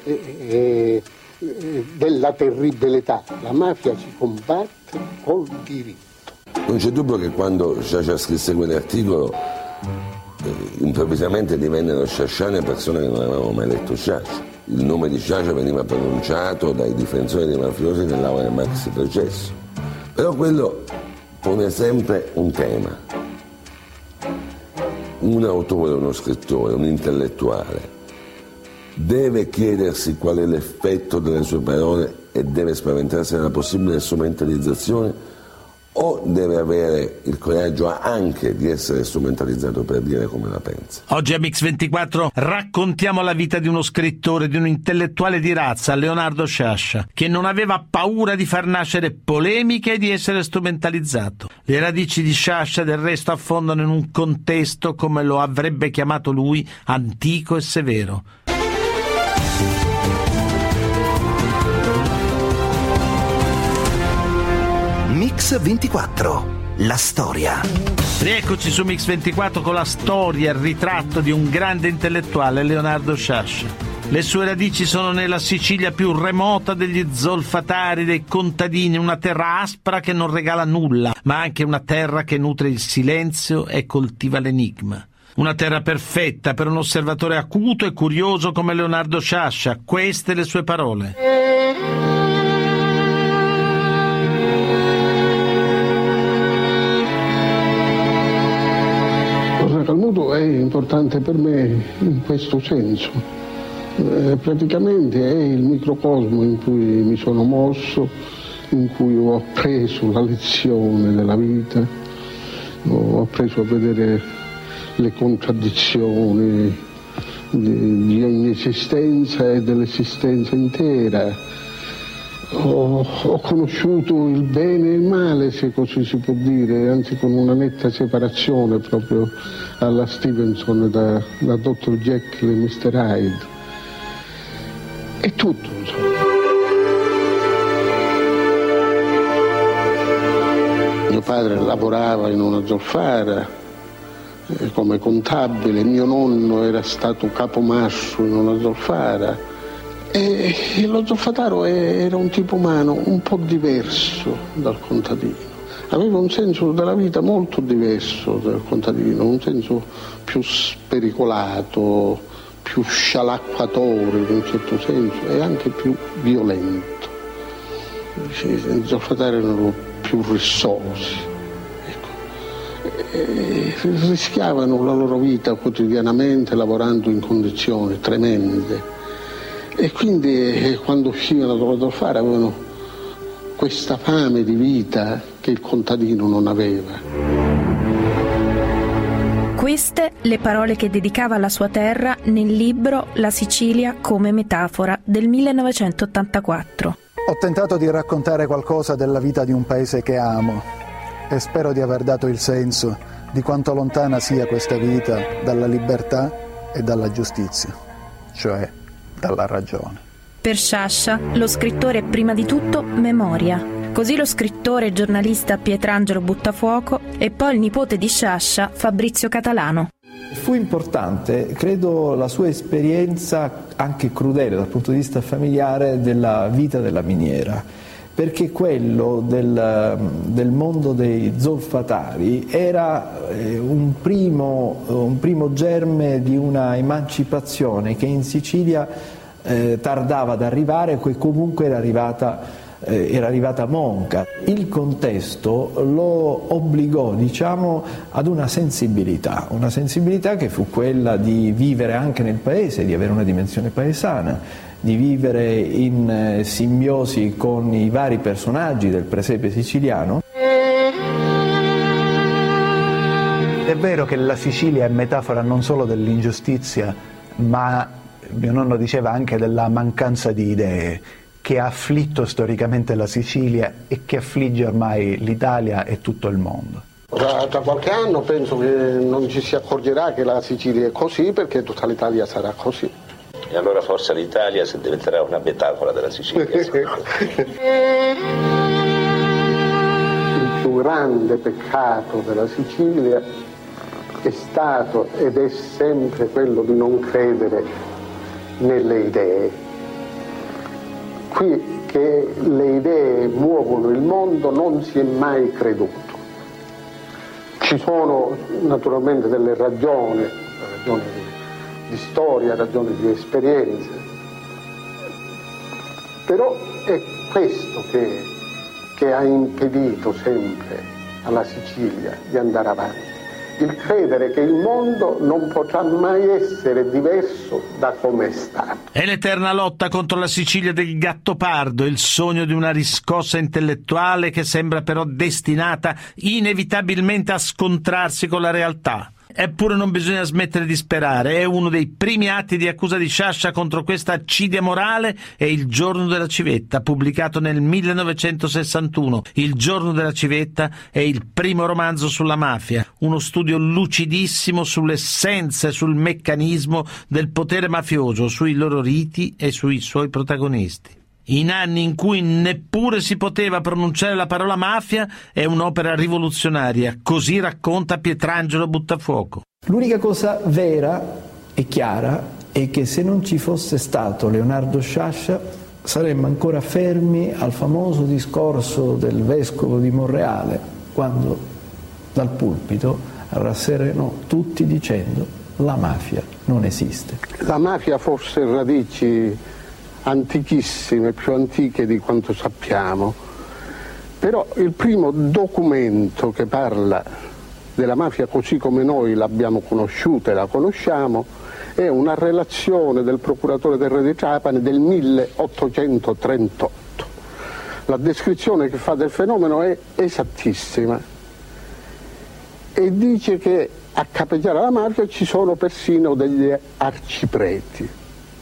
della terribilità. La mafia si combatte col diritto. Non c'è dubbio che quando Sciascia scrisse quell'articolo improvvisamente divennero sciasciane persone che non avevano mai letto Sciascia. Il nome di Sciascia veniva pronunciato dai difensori dei mafiosi nell'aula del maxi processo. Però quello pone sempre un tema. Un autore, uno scrittore, un intellettuale deve chiedersi qual è l'effetto delle sue parole e deve spaventarsi della possibile strumentalizzazione, o deve avere il coraggio anche di essere strumentalizzato per dire come la pensa. Oggi a Mix24 raccontiamo la vita di uno scrittore, di un intellettuale di razza, Leonardo Sciascia, che non aveva paura di far nascere polemiche e di essere strumentalizzato. Le radici di Sciascia del resto affondano in un contesto, come lo avrebbe chiamato lui, antico e severo. Mix24, la storia. Rieccoci su Mix24 con la storia, il ritratto di un grande intellettuale, Leonardo Sciascia. Le sue radici sono nella Sicilia più remota degli zolfatari, dei contadini, una terra aspra che non regala nulla, ma anche una terra che nutre il silenzio e coltiva l'enigma. Una terra perfetta per un osservatore acuto e curioso come Leonardo Sciascia. Queste le sue parole. Calmuto è importante per me in questo senso. Praticamente è il microcosmo in cui mi sono mosso, in cui ho appreso la lezione della vita, ho appreso a vedere le contraddizioni di ogni esistenza e dell'esistenza intera. Ho conosciuto il bene e il male, se così si può dire, anzi con una netta separazione proprio alla Stevenson da Dr. Jekyll e Mr. Hyde. È tutto, insomma. Mio padre lavorava in una zolfara come contabile, mio nonno era stato capomasso in una zolfara. E lo zolfataro era un tipo umano un po' diverso dal contadino. aveva un senso della vita molto diverso dal contadino, un senso più spericolato, più scialacquatore in un certo senso e anche più violento. I zolfatari erano più rissosi, e rischiavano la loro vita quotidianamente lavorando in condizioni tremende e quindi quando uscivano dalla zolfara avevano questa fame di vita che il contadino non aveva. Queste le parole che dedicava alla sua terra nel libro La Sicilia come metafora del 1984. Ho tentato di raccontare qualcosa della vita di un paese che amo e spero di aver dato il senso di quanto lontana sia questa vita dalla libertà e dalla giustizia, cioè dalla ragione. Per Sciascia, lo scrittore è prima di tutto memoria. Così lo scrittore e giornalista Pietrangelo Buttafuoco e poi il nipote di Sciascia, Fabrizio Catalano. Fu importante, credo, la sua esperienza anche crudele dal punto di vista familiare della vita della miniera, perché quello del mondo dei zolfatari era un primo germe di una emancipazione che in Sicilia tardava ad arrivare, che comunque era arrivata monca. Il contesto lo obbligò, diciamo, ad una sensibilità che fu quella di vivere anche nel paese, di avere una dimensione paesana, di vivere in simbiosi con i vari personaggi del presepe siciliano. È vero che la Sicilia è metafora non solo dell'ingiustizia, ma mio nonno diceva anche della mancanza di idee, che ha afflitto storicamente la Sicilia e che affligge ormai l'Italia e tutto il mondo. Tra qualche anno penso che non ci si accorgerà che la Sicilia è così, perché tutta l'Italia sarà così. E allora forse l'Italia diventerà una metafora della Sicilia. Il più grande peccato della Sicilia è stato ed è sempre quello di non credere nelle idee. Qui che le idee muovono il mondo non si è mai creduto. Ci sono naturalmente delle ragioni di storia, ragioni di esperienze, però è questo che ha impedito sempre alla Sicilia di andare avanti. Il credere che il mondo non potrà mai essere diverso da come è stato. È l'eterna lotta contro la Sicilia del Gattopardo, il sogno di una riscossa intellettuale che sembra però destinata inevitabilmente a scontrarsi con la realtà. Eppure non bisogna smettere di sperare. È uno dei primi atti di accusa di Sciascia contro questa accidia morale è Il giorno della civetta, pubblicato nel 1961. Il giorno della civetta è il primo romanzo sulla mafia, uno studio lucidissimo sull'essenza e sul meccanismo del potere mafioso, sui loro riti e sui suoi protagonisti. In anni in cui neppure si poteva pronunciare la parola mafia, è un'opera rivoluzionaria, così racconta Pietrangelo Buttafuoco. L'unica cosa vera e chiara è che se non ci fosse stato Leonardo Sciascia saremmo ancora fermi al famoso discorso del vescovo di Monreale, quando dal pulpito rasserenò tutti dicendo: la mafia non esiste. La mafia forse ha radici antichissime, più antiche di quanto sappiamo, però il primo documento che parla della mafia così come noi l'abbiamo conosciuta e la conosciamo è una relazione del procuratore del re di Trapani del 1838. La descrizione che fa del fenomeno è esattissima e dice che a capeggiare la mafia ci sono persino degli arcipreti.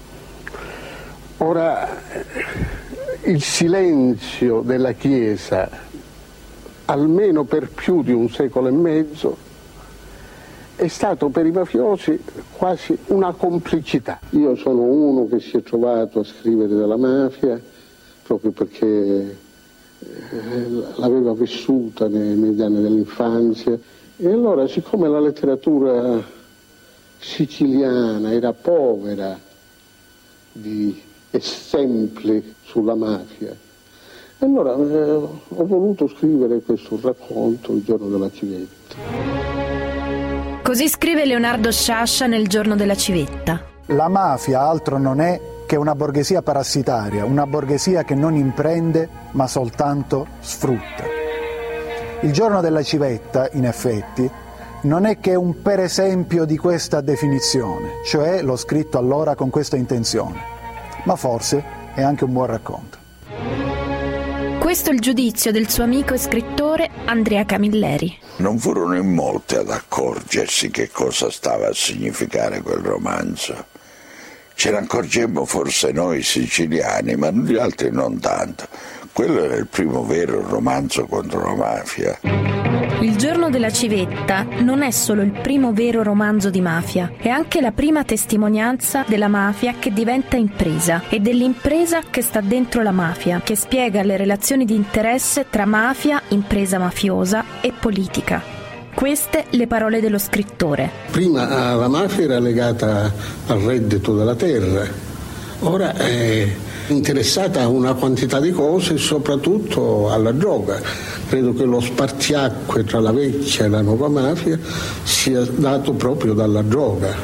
Ora, il silenzio della Chiesa, almeno per più di un secolo e mezzo, è stato per i mafiosi quasi una complicità. Io sono uno che si è trovato a scrivere della mafia proprio perché l'aveva vissuta negli anni dell'infanzia, e allora, siccome la letteratura siciliana era povera di esempi sulla mafia, Allora ho voluto scrivere questo racconto, Il giorno della civetta. Così scrive Leonardo Sciascia nel Giorno della civetta. La mafia altro non è che una borghesia parassitaria, una borghesia che non imprende ma soltanto sfrutta. Il Giorno della civetta, in effetti, non è che un per esempio di questa definizione, cioè l'ho scritto allora con questa intenzione, ma forse è anche un buon racconto. Questo è il giudizio del suo amico e scrittore Andrea Camilleri. Non furono in molti ad accorgersi che cosa stava a significare quel romanzo. Ce ne accorgemmo forse noi siciliani, ma gli altri non tanto. Quello era il primo vero romanzo contro la mafia. Il Giorno della civetta non è solo il primo vero romanzo di mafia, è anche la prima testimonianza della mafia che diventa impresa e dell'impresa che sta dentro la mafia, che spiega le relazioni di interesse tra mafia, impresa mafiosa e politica. Queste le parole dello scrittore. Prima la mafia era legata al reddito della terra, ora è interessata a una quantità di cose, soprattutto alla droga. Credo che lo spartiacque tra la vecchia e la nuova mafia sia dato proprio dalla droga.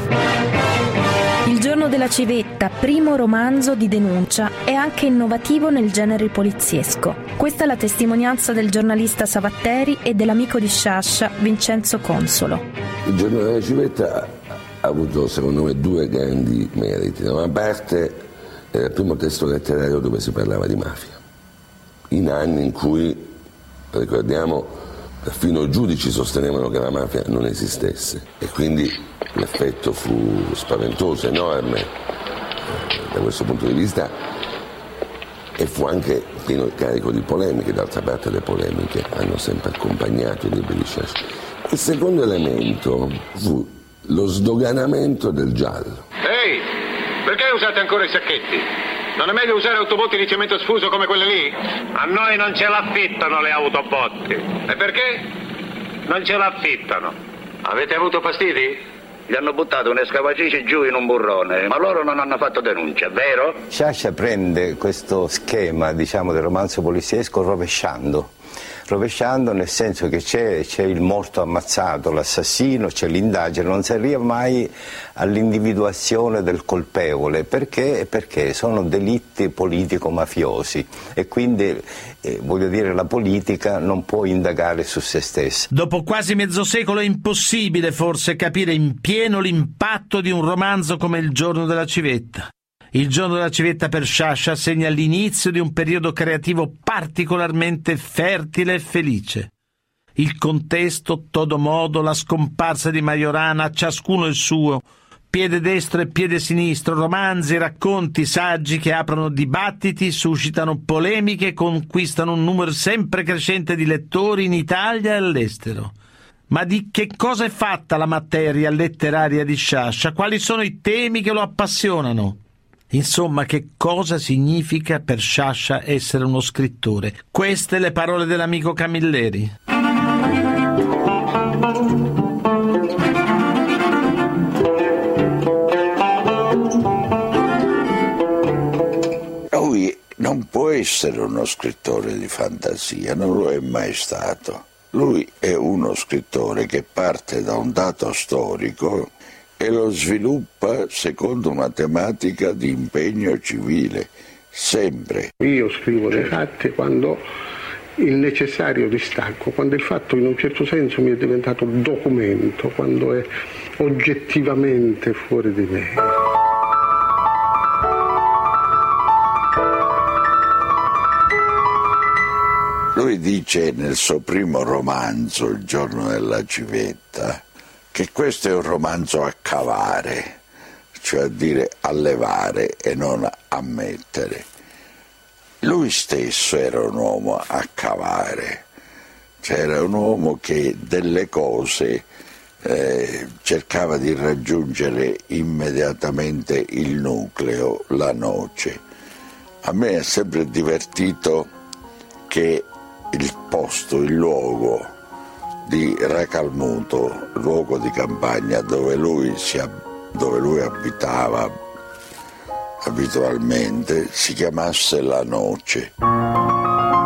Il Giorno della civetta, primo romanzo di denuncia, è anche innovativo nel genere poliziesco. Questa è la testimonianza del giornalista Savatteri e dell'amico di Sciascia, Vincenzo Consolo. Il Giorno della civetta ha avuto, secondo me, due grandi meriti. Da una parte era il primo testo letterario dove si parlava di mafia, in anni in cui, ricordiamo, perfino i giudici sostenevano che la mafia non esistesse e quindi l'effetto fu spaventoso, enorme da questo punto di vista, e fu anche pieno il carico di polemiche. D'altra parte le polemiche hanno sempre accompagnato i libri di Sciascia. Il secondo elemento fu lo sdoganamento del giallo. Ehi, perché usate ancora i sacchetti? Non è meglio usare autobotti di cemento sfuso come quelle lì? A noi non ce l'affittano le autobotti. E perché? Non ce l'affittano. Avete avuto fastidi? Gli hanno buttato un escavatrice giù in un burrone, ma loro non hanno fatto denuncia, vero? Sciascia prende questo schema, diciamo, del romanzo poliziesco rovesciando nel senso che c'è il morto ammazzato, l'assassino, c'è l'indagine, non si arriva mai all'individuazione del colpevole, perché sono delitti politico-mafiosi e quindi voglio dire, la politica non può indagare su se stessa. Dopo quasi mezzo secolo è impossibile forse capire in pieno l'impatto di un romanzo come Il giorno della civetta. Il giorno della civetta per Sciascia segna l'inizio di un periodo creativo particolarmente fertile e felice. Il contesto, todo modo, la scomparsa di Majorana, ciascuno il suo, piede destro e piede sinistro, romanzi, racconti, saggi che aprono dibattiti, suscitano polemiche e conquistano un numero sempre crescente di lettori in Italia e all'estero. Ma di che cosa è fatta la materia letteraria di Sciascia? Quali sono i temi che lo appassionano? Insomma, che cosa significa per Sciascia essere uno scrittore? Queste le parole dell'amico Camilleri. Lui non può essere uno scrittore di fantasia, non lo è mai stato. Lui è uno scrittore che parte da un dato storico e lo sviluppa secondo una tematica di impegno civile, sempre. Io scrivo dei fatti quando il necessario distacco, quando il fatto in un certo senso mi è diventato documento, quando è oggettivamente fuori di me. Lui dice nel suo primo romanzo, Il giorno della civetta, che questo è un romanzo a cavare, cioè a dire a levare e non a mettere. Lui stesso era un uomo a cavare, cioè era un uomo che delle cose cercava di raggiungere immediatamente il nucleo, la noce. A me è sempre divertito che il posto, il luogo di Racalmuto, luogo di campagna dove lui abitava abitualmente, si chiamasse La Noce.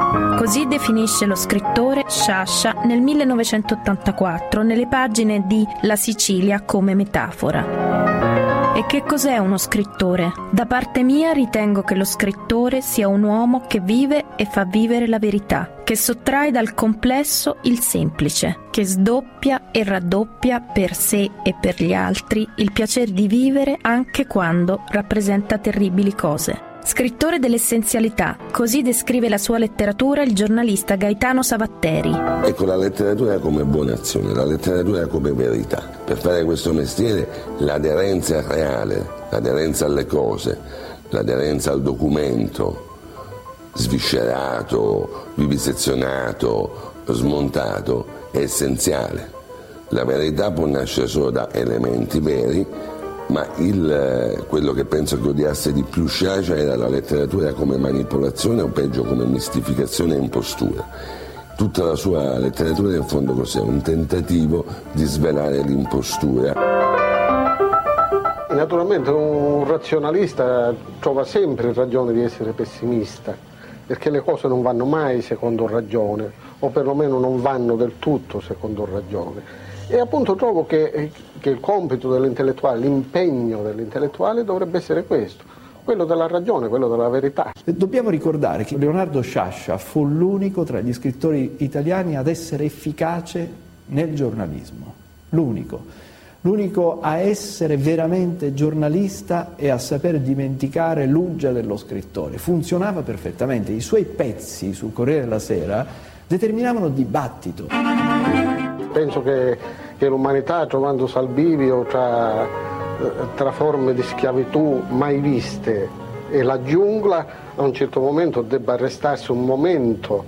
Così definisce lo scrittore Sciascia nel 1984 nelle pagine di La Sicilia come metafora. E che cos'è uno scrittore? Da parte mia ritengo che lo scrittore sia un uomo che vive e fa vivere la verità, che sottrae dal complesso il semplice, che sdoppia e raddoppia per sé e per gli altri il piacere di vivere anche quando rappresenta terribili cose. Scrittore dell'essenzialità, così descrive la sua letteratura il giornalista Gaetano Savatteri. Ecco, la letteratura come buona azione, la letteratura come verità. Per fare questo mestiere l'aderenza reale, l'aderenza alle cose, l'aderenza al documento sviscerato, vivisezionato, smontato è essenziale. La verità può nascere solo da elementi veri, ma quello che penso che odiasse di più Sciascia era la letteratura come manipolazione o peggio come mistificazione e impostura. Tutta la sua letteratura in fondo cos'è? Un tentativo di svelare l'impostura. Naturalmente un razionalista trova sempre ragione di essere pessimista, perché le cose non vanno mai secondo ragione, o perlomeno non vanno del tutto secondo ragione. E appunto trovo che il compito dell'intellettuale, l'impegno dell'intellettuale dovrebbe essere questo, quello della ragione, quello della verità. Dobbiamo ricordare che Leonardo Sciascia fu l'unico tra gli scrittori italiani ad essere efficace nel giornalismo, l'unico a essere veramente giornalista e a saper dimenticare l'uggia dello scrittore. Funzionava perfettamente, i suoi pezzi sul Corriere della Sera determinavano dibattito. Penso che l'umanità, trovando salbivio tra forme di schiavitù mai viste e la giungla, a un certo momento debba arrestarsi un momento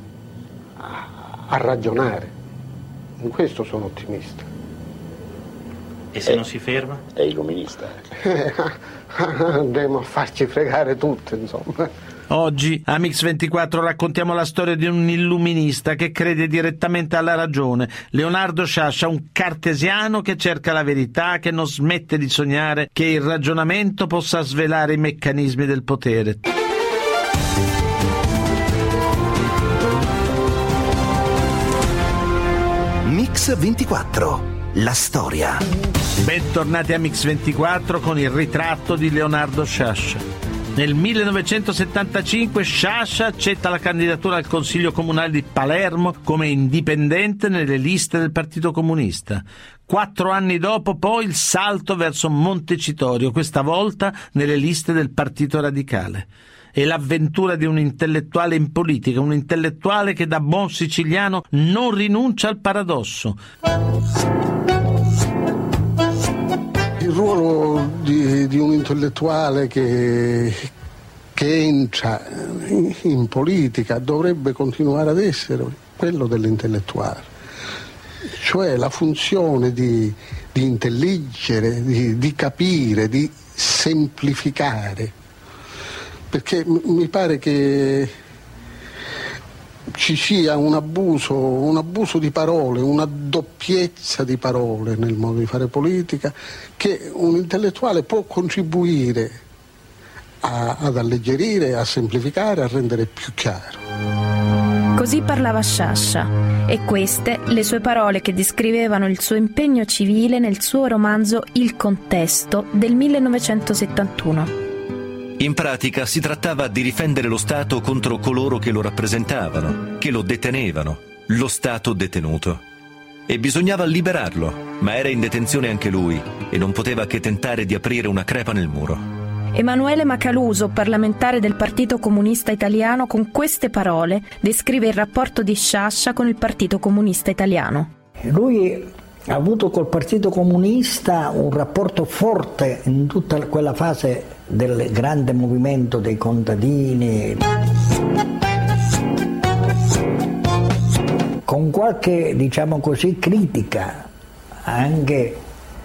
a ragionare. In questo sono ottimista. E se non si ferma? È illuminista. Andremo a farci fregare tutte, insomma. Oggi a Mix24 raccontiamo la storia di un illuminista che crede direttamente alla ragione, Leonardo Sciascia, un cartesiano che cerca la verità, che non smette di sognare che il ragionamento possa svelare i meccanismi del potere. Mix24, la storia. Bentornati a Mix24 con il ritratto di Leonardo Sciascia. Nel 1975 Sciascia accetta la candidatura al Consiglio Comunale di Palermo come indipendente nelle liste del Partito Comunista. 4 anni dopo poi il salto verso Montecitorio, questa volta nelle liste del Partito Radicale. È l'avventura di un intellettuale in politica, un intellettuale che da buon siciliano non rinuncia al paradosso. Il ruolo di un intellettuale che entra in politica dovrebbe continuare ad essere quello dell'intellettuale, cioè la funzione di intelligere, di capire, di semplificare, perché mi pare che ci sia un abuso di parole, una doppiezza di parole nel modo di fare politica, che un intellettuale può contribuire ad alleggerire, a semplificare, a rendere più chiaro. Così parlava Sciascia, e queste le sue parole che descrivevano il suo impegno civile nel suo romanzo Il contesto del 1971. In pratica si trattava di difendere lo Stato contro coloro che lo rappresentavano, che lo detenevano, lo Stato detenuto. E bisognava liberarlo, ma era in detenzione anche lui e non poteva che tentare di aprire una crepa nel muro. Emanuele Macaluso, parlamentare del Partito Comunista Italiano, con queste parole descrive il rapporto di Sciascia con il Partito Comunista Italiano. Lui ha avuto col Partito Comunista un rapporto forte in tutta quella fase del grande movimento dei contadini, con qualche, diciamo così, critica anche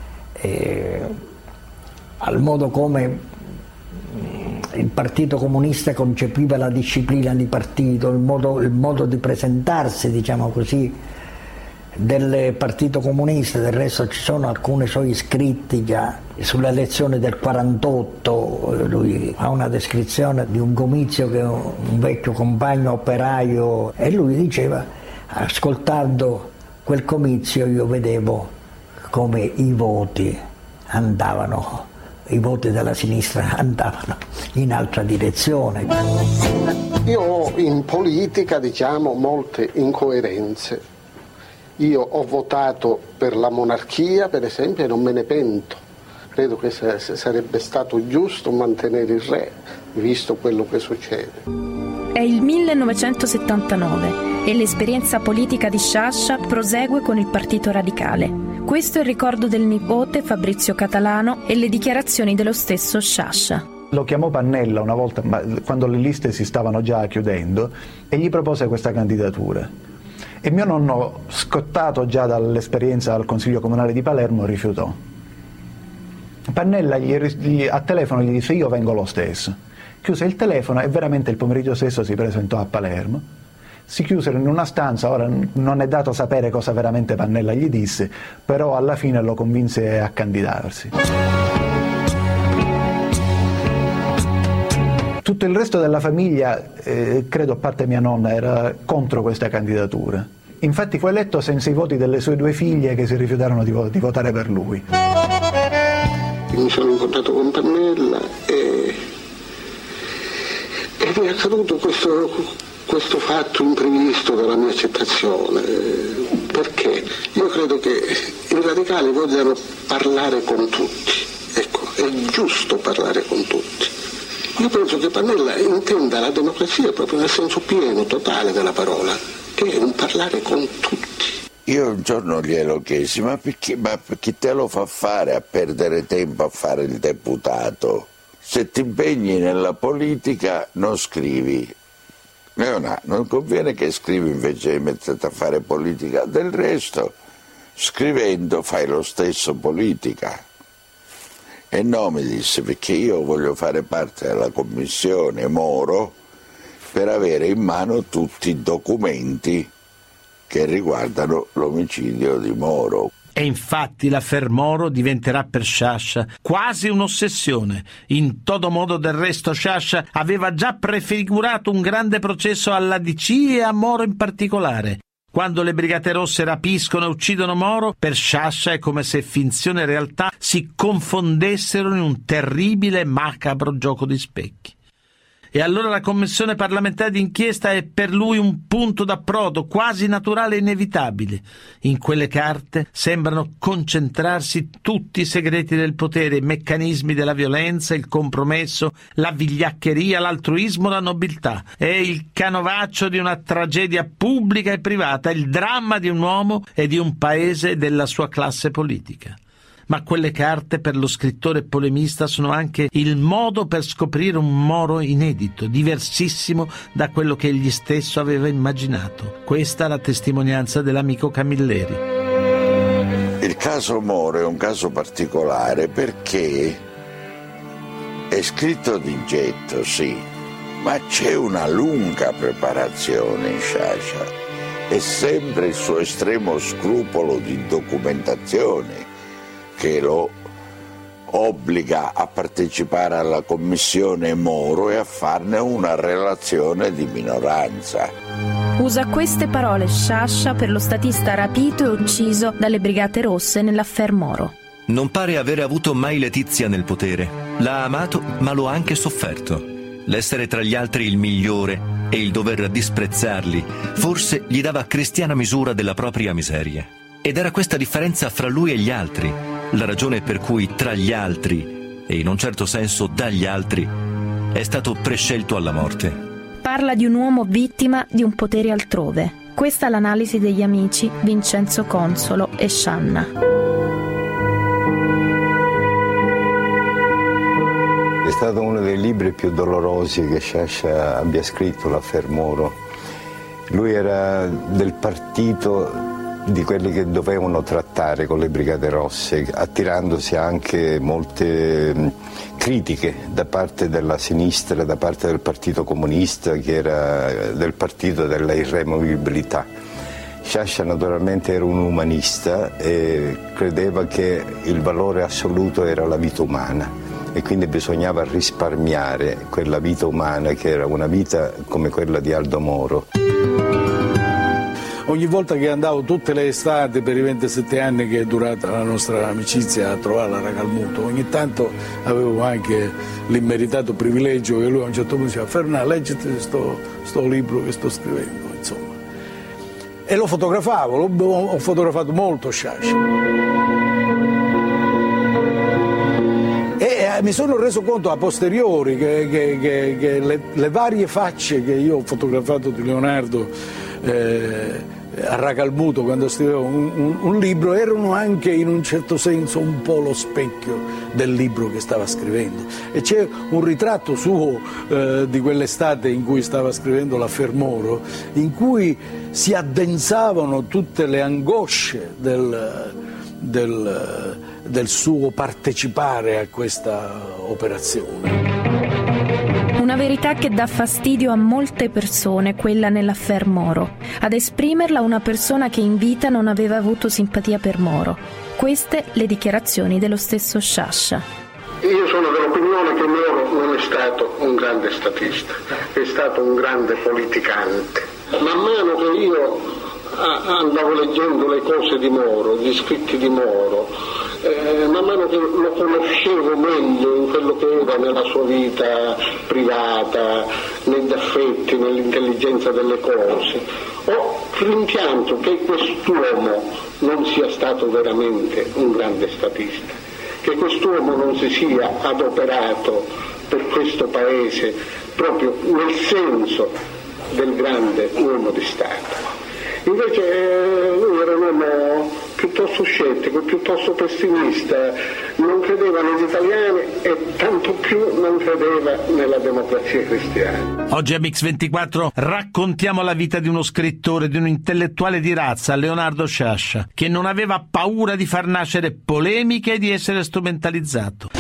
al modo come il Partito Comunista concepiva la disciplina di partito, il modo di presentarsi, diciamo così, del Partito Comunista, del resto ci sono alcuni suoi scritti già sulle elezioni del 48, lui fa una descrizione di un comizio che un vecchio compagno operaio, e lui diceva, ascoltando quel comizio io vedevo come i voti andavano, i voti della sinistra andavano in altra direzione. Io ho in politica, diciamo, molte incoerenze. Io ho votato per la monarchia, per esempio, e non me ne pento. Credo che sarebbe stato giusto mantenere il re, visto quello che succede. È il 1979 e l'esperienza politica di Sciascia prosegue con il Partito Radicale. Questo è il ricordo del nipote Fabrizio Catalano e le dichiarazioni dello stesso Sciascia. Lo chiamò Pannella una volta, quando le liste si stavano già chiudendo, e gli propose questa candidatura. E mio nonno, scottato già dall'esperienza al Consiglio Comunale di Palermo, rifiutò. Pannella a telefono gli disse: io vengo lo stesso. Chiuse il telefono e veramente il pomeriggio stesso si presentò a Palermo. Si chiusero in una stanza, ora non è dato sapere cosa veramente Pannella gli disse, però alla fine lo convinse a candidarsi. Tutto il resto della famiglia, credo a parte mia nonna, era contro questa candidatura. Infatti fu eletto senza i voti delle sue 2 figlie che si rifiutarono di votare per lui. Mi sono incontrato con Pannella e mi è accaduto questo fatto imprevisto della mia accettazione, perché io credo che i radicali vogliano parlare con tutti. Ecco, è giusto parlare con tutti. Io penso che Pannella intenda la democrazia proprio nel senso pieno, totale della parola, che è un parlare con tutti. Io un giorno glielo chiesi, ma chi te lo fa fare a perdere tempo a fare il deputato? Se ti impegni nella politica non scrivi. Non conviene che scrivi invece di metterti a fare politica. Del resto, scrivendo fai lo stesso politica. E no, mi disse, perché io voglio fare parte della commissione Moro per avere in mano tutti i documenti che riguardano l'omicidio di Moro. E infatti l'affaire Moro diventerà per Sciascia quasi un'ossessione. In todo modo, del resto, Sciascia aveva già prefigurato un grande processo alla DC e a Moro in particolare. Quando le Brigate Rosse rapiscono e uccidono Moro, per Sciascia è come se finzione e realtà si confondessero in un terribile e macabro gioco di specchi. E allora la commissione parlamentare d'inchiesta è per lui un punto d'approdo quasi naturale e inevitabile. In quelle carte sembrano concentrarsi tutti i segreti del potere, i meccanismi della violenza, il compromesso, la vigliaccheria, l'altruismo, la nobiltà. È il canovaccio di una tragedia pubblica e privata, il dramma di un uomo e di un paese e della sua classe politica. Ma quelle carte per lo scrittore polemista sono anche il modo per scoprire un Moro inedito, diversissimo da quello che egli stesso aveva immaginato. Questa è la testimonianza dell'amico Camilleri. Il caso Moro è un caso particolare perché è scritto di getto, sì, ma c'è una lunga preparazione in Sciascia e sempre il suo estremo scrupolo di documentazione che lo obbliga a partecipare alla commissione Moro e a farne una relazione di minoranza. Usa queste parole Sciascia per lo statista rapito e ucciso dalle Brigate Rosse nell'affaire Moro. Non pare avere avuto mai letizia nel potere. L'ha amato, ma lo ha anche sofferto. L'essere tra gli altri il migliore e il dover disprezzarli forse gli dava cristiana misura della propria miseria. Ed era questa differenza fra lui e gli altri la ragione per cui tra gli altri, e in un certo senso dagli altri, è stato prescelto alla morte. Parla di un uomo vittima di un potere altrove. Questa è l'analisi degli amici Vincenzo Consolo e Scianna. È stato uno dei libri più dolorosi che Sciascia abbia scritto, l'affaire Moro. Lui era del partito di quelli che dovevano trattare con le Brigate Rosse, attirandosi anche molte critiche da parte della sinistra, da parte del Partito Comunista, che era del partito della irremovibilità. Sciascia naturalmente era un umanista e credeva che il valore assoluto era la vita umana e quindi bisognava risparmiare quella vita umana che era una vita come quella di Aldo Moro. Ogni volta che andavo tutte le estate per i 27 anni che è durata la nostra amicizia a trovare la Ragalmuto, ogni tanto avevo anche l'immeritato privilegio che lui a un certo punto diceva: Fernando, leggiti sto libro che sto scrivendo, insomma. E lo fotografavo, ho fotografato molto Sciascia. E mi sono reso conto a posteriori che le varie facce che io ho fotografato di Leonardo a Ragalmuto quando scrivevo un libro erano anche in un certo senso un po' lo specchio del libro che stava scrivendo. E c'è un ritratto suo di quell'estate in cui stava scrivendo La Fermoro, in cui si addensavano tutte le angosce del suo partecipare a questa operazione. Una verità che dà fastidio a molte persone, quella nell'affaire Moro. Ad esprimerla una persona che in vita non aveva avuto simpatia per Moro. Queste le dichiarazioni dello stesso Sciascia. Io sono dell'opinione che Moro non è stato un grande statista, è stato un grande politicante. Man mano che io andavo leggendo le cose di Moro, gli scritti di Moro, man mano che lo conoscevo meglio in quello che era nella sua vita privata, negli affetti, nell'intelligenza delle cose, ho rimpianto che quest'uomo non sia stato veramente un grande statista, che quest'uomo non si sia adoperato per questo paese proprio nel senso del grande uomo di Stato. Invece lui era un uomo piuttosto scettico, piuttosto pessimista, non credeva negli italiani e tanto più non credeva nella democrazia cristiana. Oggi a Mix24 raccontiamo la vita di uno scrittore, di un intellettuale di razza, Leonardo Sciascia, che non aveva paura di far nascere polemiche e di essere strumentalizzato.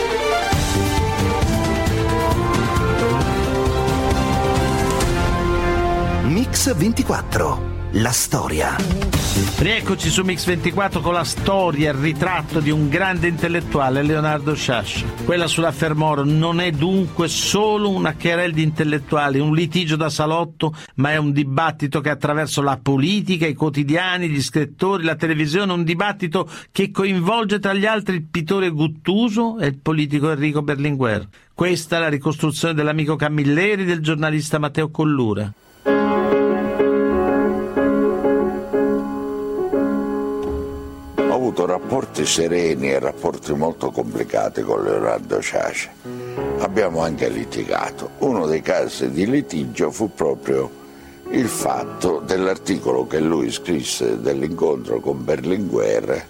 Mix24. La storia. Rieccoci su Mix24 con la storia, il ritratto di un grande intellettuale, Leonardo Sciascia. Quella sull'affaire Moro non è dunque solo una querelle di intellettuali, un litigio da salotto, ma è un dibattito che attraverso la politica, i quotidiani, gli scrittori, la televisione, un dibattito che coinvolge tra gli altri il pittore Guttuso e il politico Enrico Berlinguer. Questa è la ricostruzione dell'amico Camilleri del giornalista Matteo Collura. Ho avuto rapporti sereni e rapporti molto complicati con Leonardo Sciascia. Abbiamo anche litigato. Uno dei casi di litigio fu proprio il fatto dell'articolo che lui scrisse dell'incontro con Berlinguer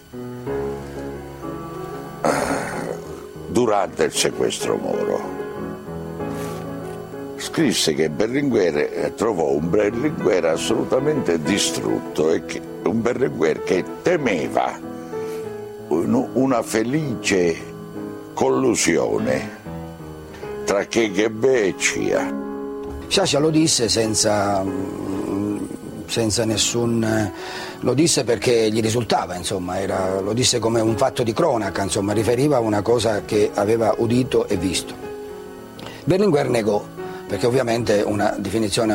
durante il sequestro Moro. Scrisse che Berlinguer trovò un Berlinguer assolutamente distrutto e un Berlinguer che temeva una felice collusione tra KGB e CIA. Sciascia lo disse senza nessun... lo disse perché gli risultava, insomma, lo disse come un fatto di cronaca, insomma, riferiva a una cosa che aveva udito e visto. Berlinguer negò, perché ovviamente una definizione,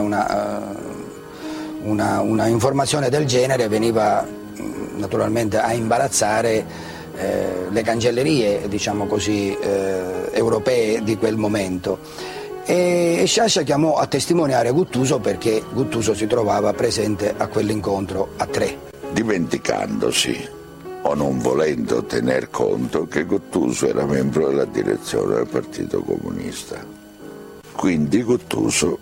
una informazione del genere veniva naturalmente a imbarazzare le cancellerie, diciamo così, europee di quel momento. E Sciascia chiamò a testimoniare Guttuso perché Guttuso si trovava presente a quell'incontro a tre. Dimenticandosi o non volendo tener conto che Guttuso era membro della direzione del Partito Comunista. Quindi Guttuso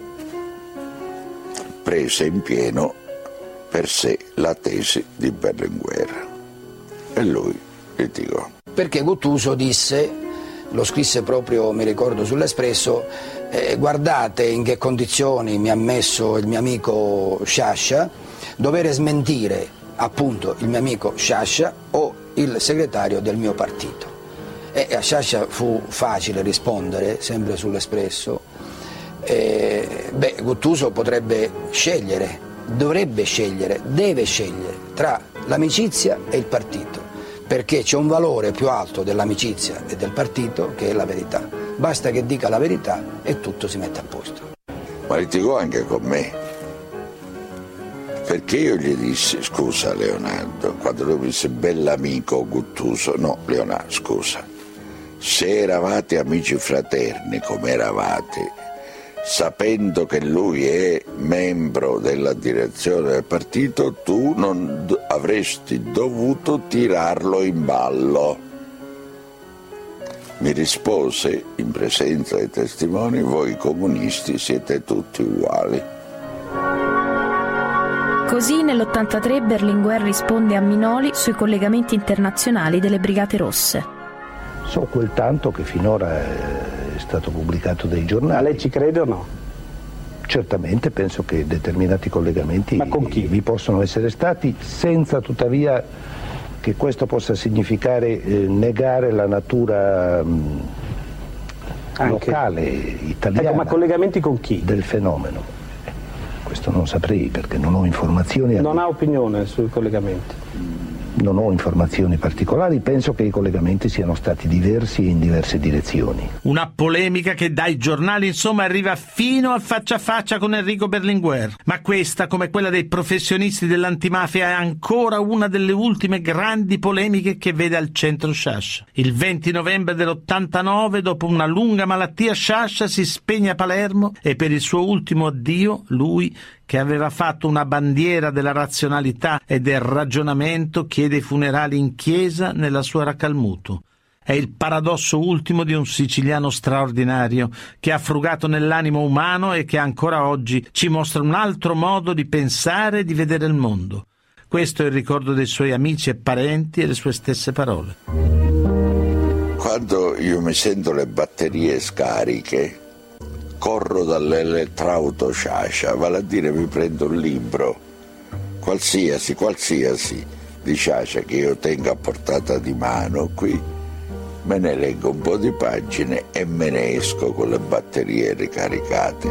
prese in pieno per sé la tesi di Berlinguer e lui litigò. Perché Guttuso disse, lo scrisse proprio, mi ricordo, sull'Espresso, guardate in che condizioni mi ha messo il mio amico Sciascia, dover smentire appunto il mio amico Sciascia o il segretario del mio partito. E a Sciascia fu facile rispondere, sempre sull'Espresso, Guttuso potrebbe scegliere dovrebbe scegliere, deve scegliere tra l'amicizia e il partito, perché c'è un valore più alto dell'amicizia e del partito che è la verità. Basta che dica la verità e tutto si mette a posto. Ma litigò anche con me, perché io gli dissi: scusa Leonardo, quando lui mi disse bell'amico Guttuso, no Leonardo, scusa, se eravate amici fraterni come eravate, sapendo che lui è membro della direzione del partito, tu non avresti dovuto tirarlo in ballo. Mi rispose in presenza dei testimoni: voi comunisti siete tutti uguali. Così nell'83 Berlinguer risponde a Minoli sui collegamenti internazionali delle Brigate Rosse. So quel tanto che finora è stato pubblicato dai giornali. Ma lei ci crede o no? Certamente penso che determinati collegamenti vi possono essere stati, senza tuttavia che questo possa significare negare la natura locale, italiana. Ecco, ma collegamenti con chi? Del fenomeno. Questo non saprei perché non ho informazioni. Non ha opinione sui collegamenti? Non ho informazioni particolari, penso che i collegamenti siano stati diversi e in diverse direzioni. Una polemica che dai giornali insomma arriva fino al faccia a faccia con Enrico Berlinguer. Ma questa, come quella dei professionisti dell'antimafia, è ancora una delle ultime grandi polemiche che vede al centro Sciascia. Il 20 novembre dell'89, dopo una lunga malattia, Sciascia si spegne a Palermo e per il suo ultimo addio lui, che aveva fatto una bandiera della razionalità e del ragionamento, chiede i funerali in chiesa nella sua Racalmuto. È il paradosso ultimo di un siciliano straordinario che ha frugato nell'animo umano e che ancora oggi ci mostra un altro modo di pensare e di vedere il mondo. Questo è il ricordo dei suoi amici e parenti e le sue stesse parole. Quando io mi sento le batterie scariche, corro dall'elettrauto Sciascia, vale a dire mi prendo un libro, qualsiasi, di Sciascia che io tengo a portata di mano qui, me ne leggo un po' di pagine e me ne esco con le batterie ricaricate.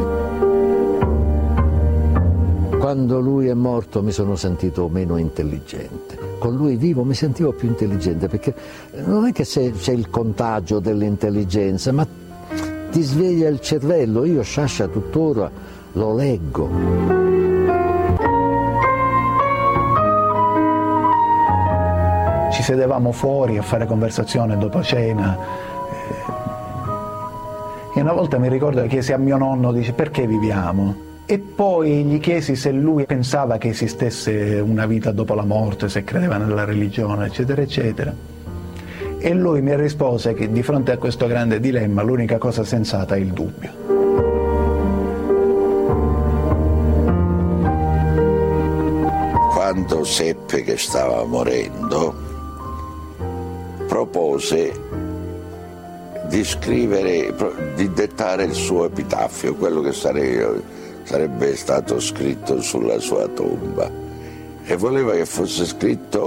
Quando lui è morto mi sono sentito meno intelligente. Con lui vivo mi sentivo più intelligente, perché non è che c'è il contagio dell'intelligenza, ma ti sveglia il cervello. Io Sciascia tuttora lo leggo. Ci sedevamo fuori a fare conversazione dopo cena e una volta mi ricordo che chiesi a mio nonno, dice: perché viviamo? E poi gli chiesi se lui pensava che esistesse una vita dopo la morte, se credeva nella religione, eccetera eccetera. E lui mi rispose che di fronte a questo grande dilemma l'unica cosa sensata è il dubbio. Quando seppe che stava morendo, propose di scrivere, di dettare il suo epitaffio, quello che sarebbe stato scritto sulla sua tomba, e voleva che fosse scritto: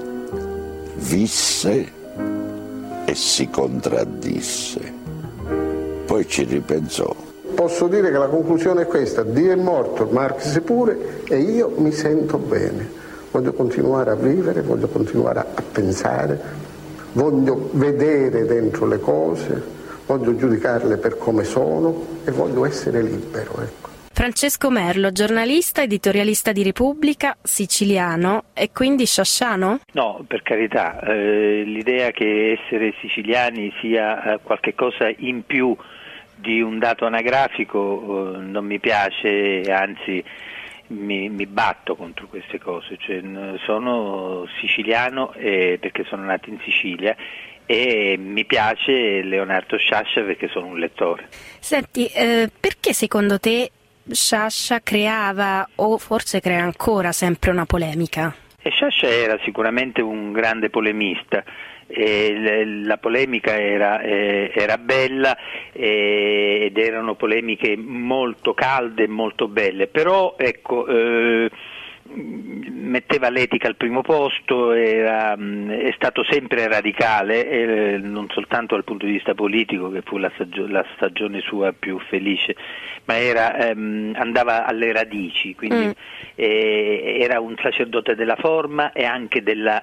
visse e si contraddisse. Poi ci ripensò. Posso dire che la conclusione è questa: Dio è morto, Marx pure, e io mi sento bene. Voglio continuare a vivere, voglio continuare a pensare, voglio vedere dentro le cose, voglio giudicarle per come sono e voglio essere libero, ecco. Francesco Merlo, giornalista, editorialista di Repubblica, siciliano e quindi sciasciano? No, per carità, l'idea che essere siciliani sia qualche cosa in più di un dato anagrafico non mi piace, anzi mi batto contro queste cose. Cioè, sono siciliano perché sono nato in Sicilia e mi piace Leonardo Sciascia perché sono un lettore. Senti, perché secondo te Sciascia creava, o forse crea ancora, sempre una polemica? Sciascia era sicuramente un grande polemista. La polemica era bella ed erano polemiche molto calde e molto belle, però ecco, metteva l'etica al primo posto, è stato sempre radicale, non soltanto dal punto di vista politico, che fu la stagione sua più felice, ma andava alle radici, quindi era un sacerdote della forma e anche della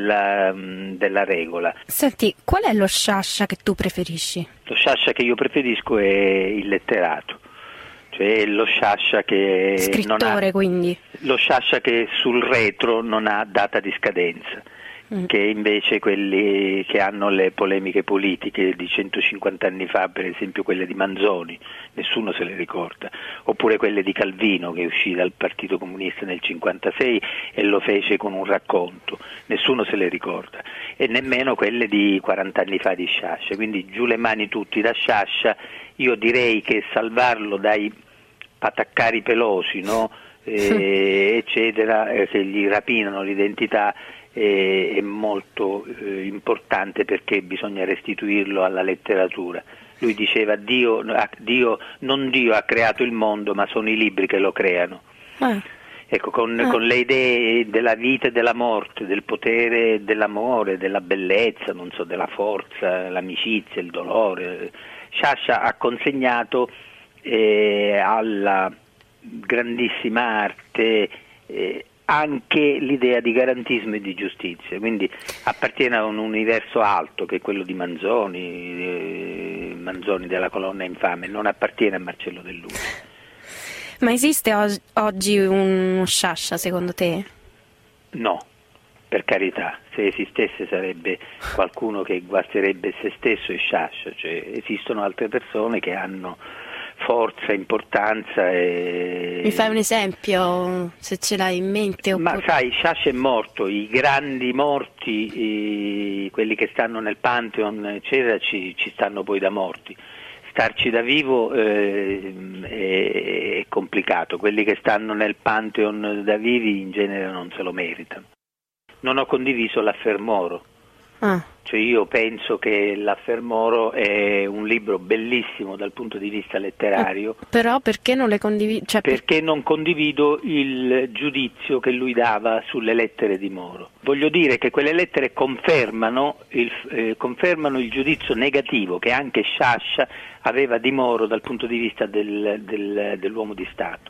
regola. Senti, qual è lo Sciascia che tu preferisci? Lo Sciascia che io preferisco è il letterato. Cioè lo Sciascia che scrittore, quindi lo Sciascia che sul retro non ha data di scadenza, che invece quelli che hanno le polemiche politiche di 150 anni fa, per esempio quelle di Manzoni, nessuno se le ricorda, oppure quelle di Calvino che uscì dal Partito Comunista nel 56 e lo fece con un racconto, nessuno se le ricorda, e nemmeno quelle di 40 anni fa di Sciascia. Quindi giù le mani tutti da Sciascia. Io direi che salvarlo dai pataccari pelosi, no? Eccetera, che gli rapinano l'identità, è molto importante, perché bisogna restituirlo alla letteratura. Lui diceva non Dio ha creato il mondo, ma sono i libri che lo creano. Ecco, con le idee della vita e della morte, del potere, dell'amore, della bellezza, non so, della forza, l'amicizia, il dolore. Sciascia ha consegnato alla grandissima arte anche l'idea di garantismo e di giustizia, quindi appartiene a un universo alto che è quello di Manzoni della colonna infame, non appartiene a Marcello Dell'Utri. Ma esiste oggi uno Sciascia secondo te? No, per carità, se esistesse sarebbe qualcuno che guasterebbe se stesso e Sciascia, cioè esistono altre persone che hanno forza, importanza e... Mi fai un esempio, se ce l'hai in mente? Oppure... Ma sai, Sciascia è morto, i grandi morti, quelli che stanno nel Pantheon, eccetera, ci stanno poi da morti. Starci da vivo è complicato, quelli che stanno nel Pantheon da vivi in genere non se lo meritano. Non ho condiviso l'Affair Moro. Cioè io penso che l'Affair Moro è un libro bellissimo dal punto di vista letterario. Però perché non le condividi? Perché non condivido il giudizio che lui dava sulle lettere di Moro. Voglio dire che quelle lettere confermano il giudizio negativo che anche Sciascia aveva di Moro dal punto di vista dell'uomo di Stato.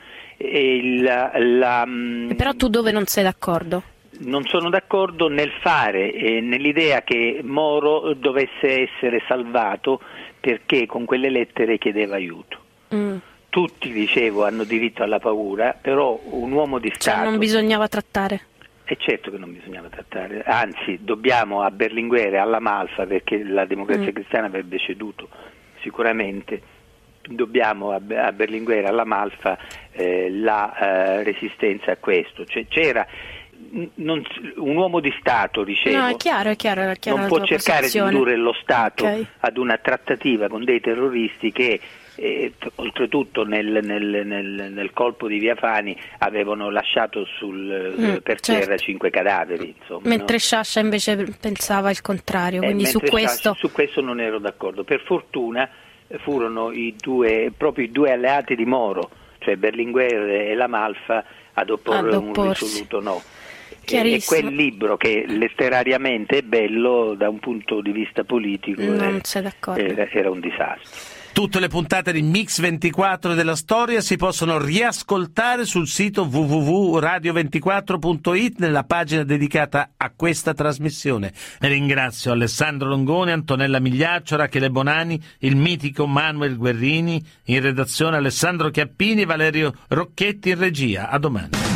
Però tu dove non sei d'accordo? Non sono d'accordo nel fare nell'idea che Moro dovesse essere salvato perché con quelle lettere chiedeva aiuto. Tutti, dicevo, hanno diritto alla paura, però un uomo di Stato... Cioè non bisognava trattare? È certo che non bisognava trattare, anzi dobbiamo a Berlinguer e alla Malfa, perché la Democrazia Cristiana avrebbe ceduto sicuramente, dobbiamo a Berlinguer e alla Malfa la resistenza a questo. Cioè, c'era... un uomo di Stato, dicevo, no, è chiaro non può cercare di indurre lo Stato ad una trattativa con dei terroristi che oltretutto nel colpo di Via Fani avevano lasciato per terra 5 cadaveri, insomma, mentre Sciascia invece pensava il contrario, quindi su questo non ero d'accordo. Per fortuna furono proprio i due alleati di Moro, cioè Berlinguer e la Malfa, ad opporre un risoluto no. E quel libro, che letterariamente è bello, da un punto di vista politico non sei d'accordo. Era un disastro. Tutte le puntate di Mix 24 della storia si possono riascoltare sul sito www.radio24.it nella pagina dedicata a questa trasmissione. Ringrazio Alessandro Longone, Antonella Migliaccio, Rachele Bonani, il mitico Manuel Guerrini, in redazione Alessandro Chiappini e Valerio Rocchetti in regia. A domani.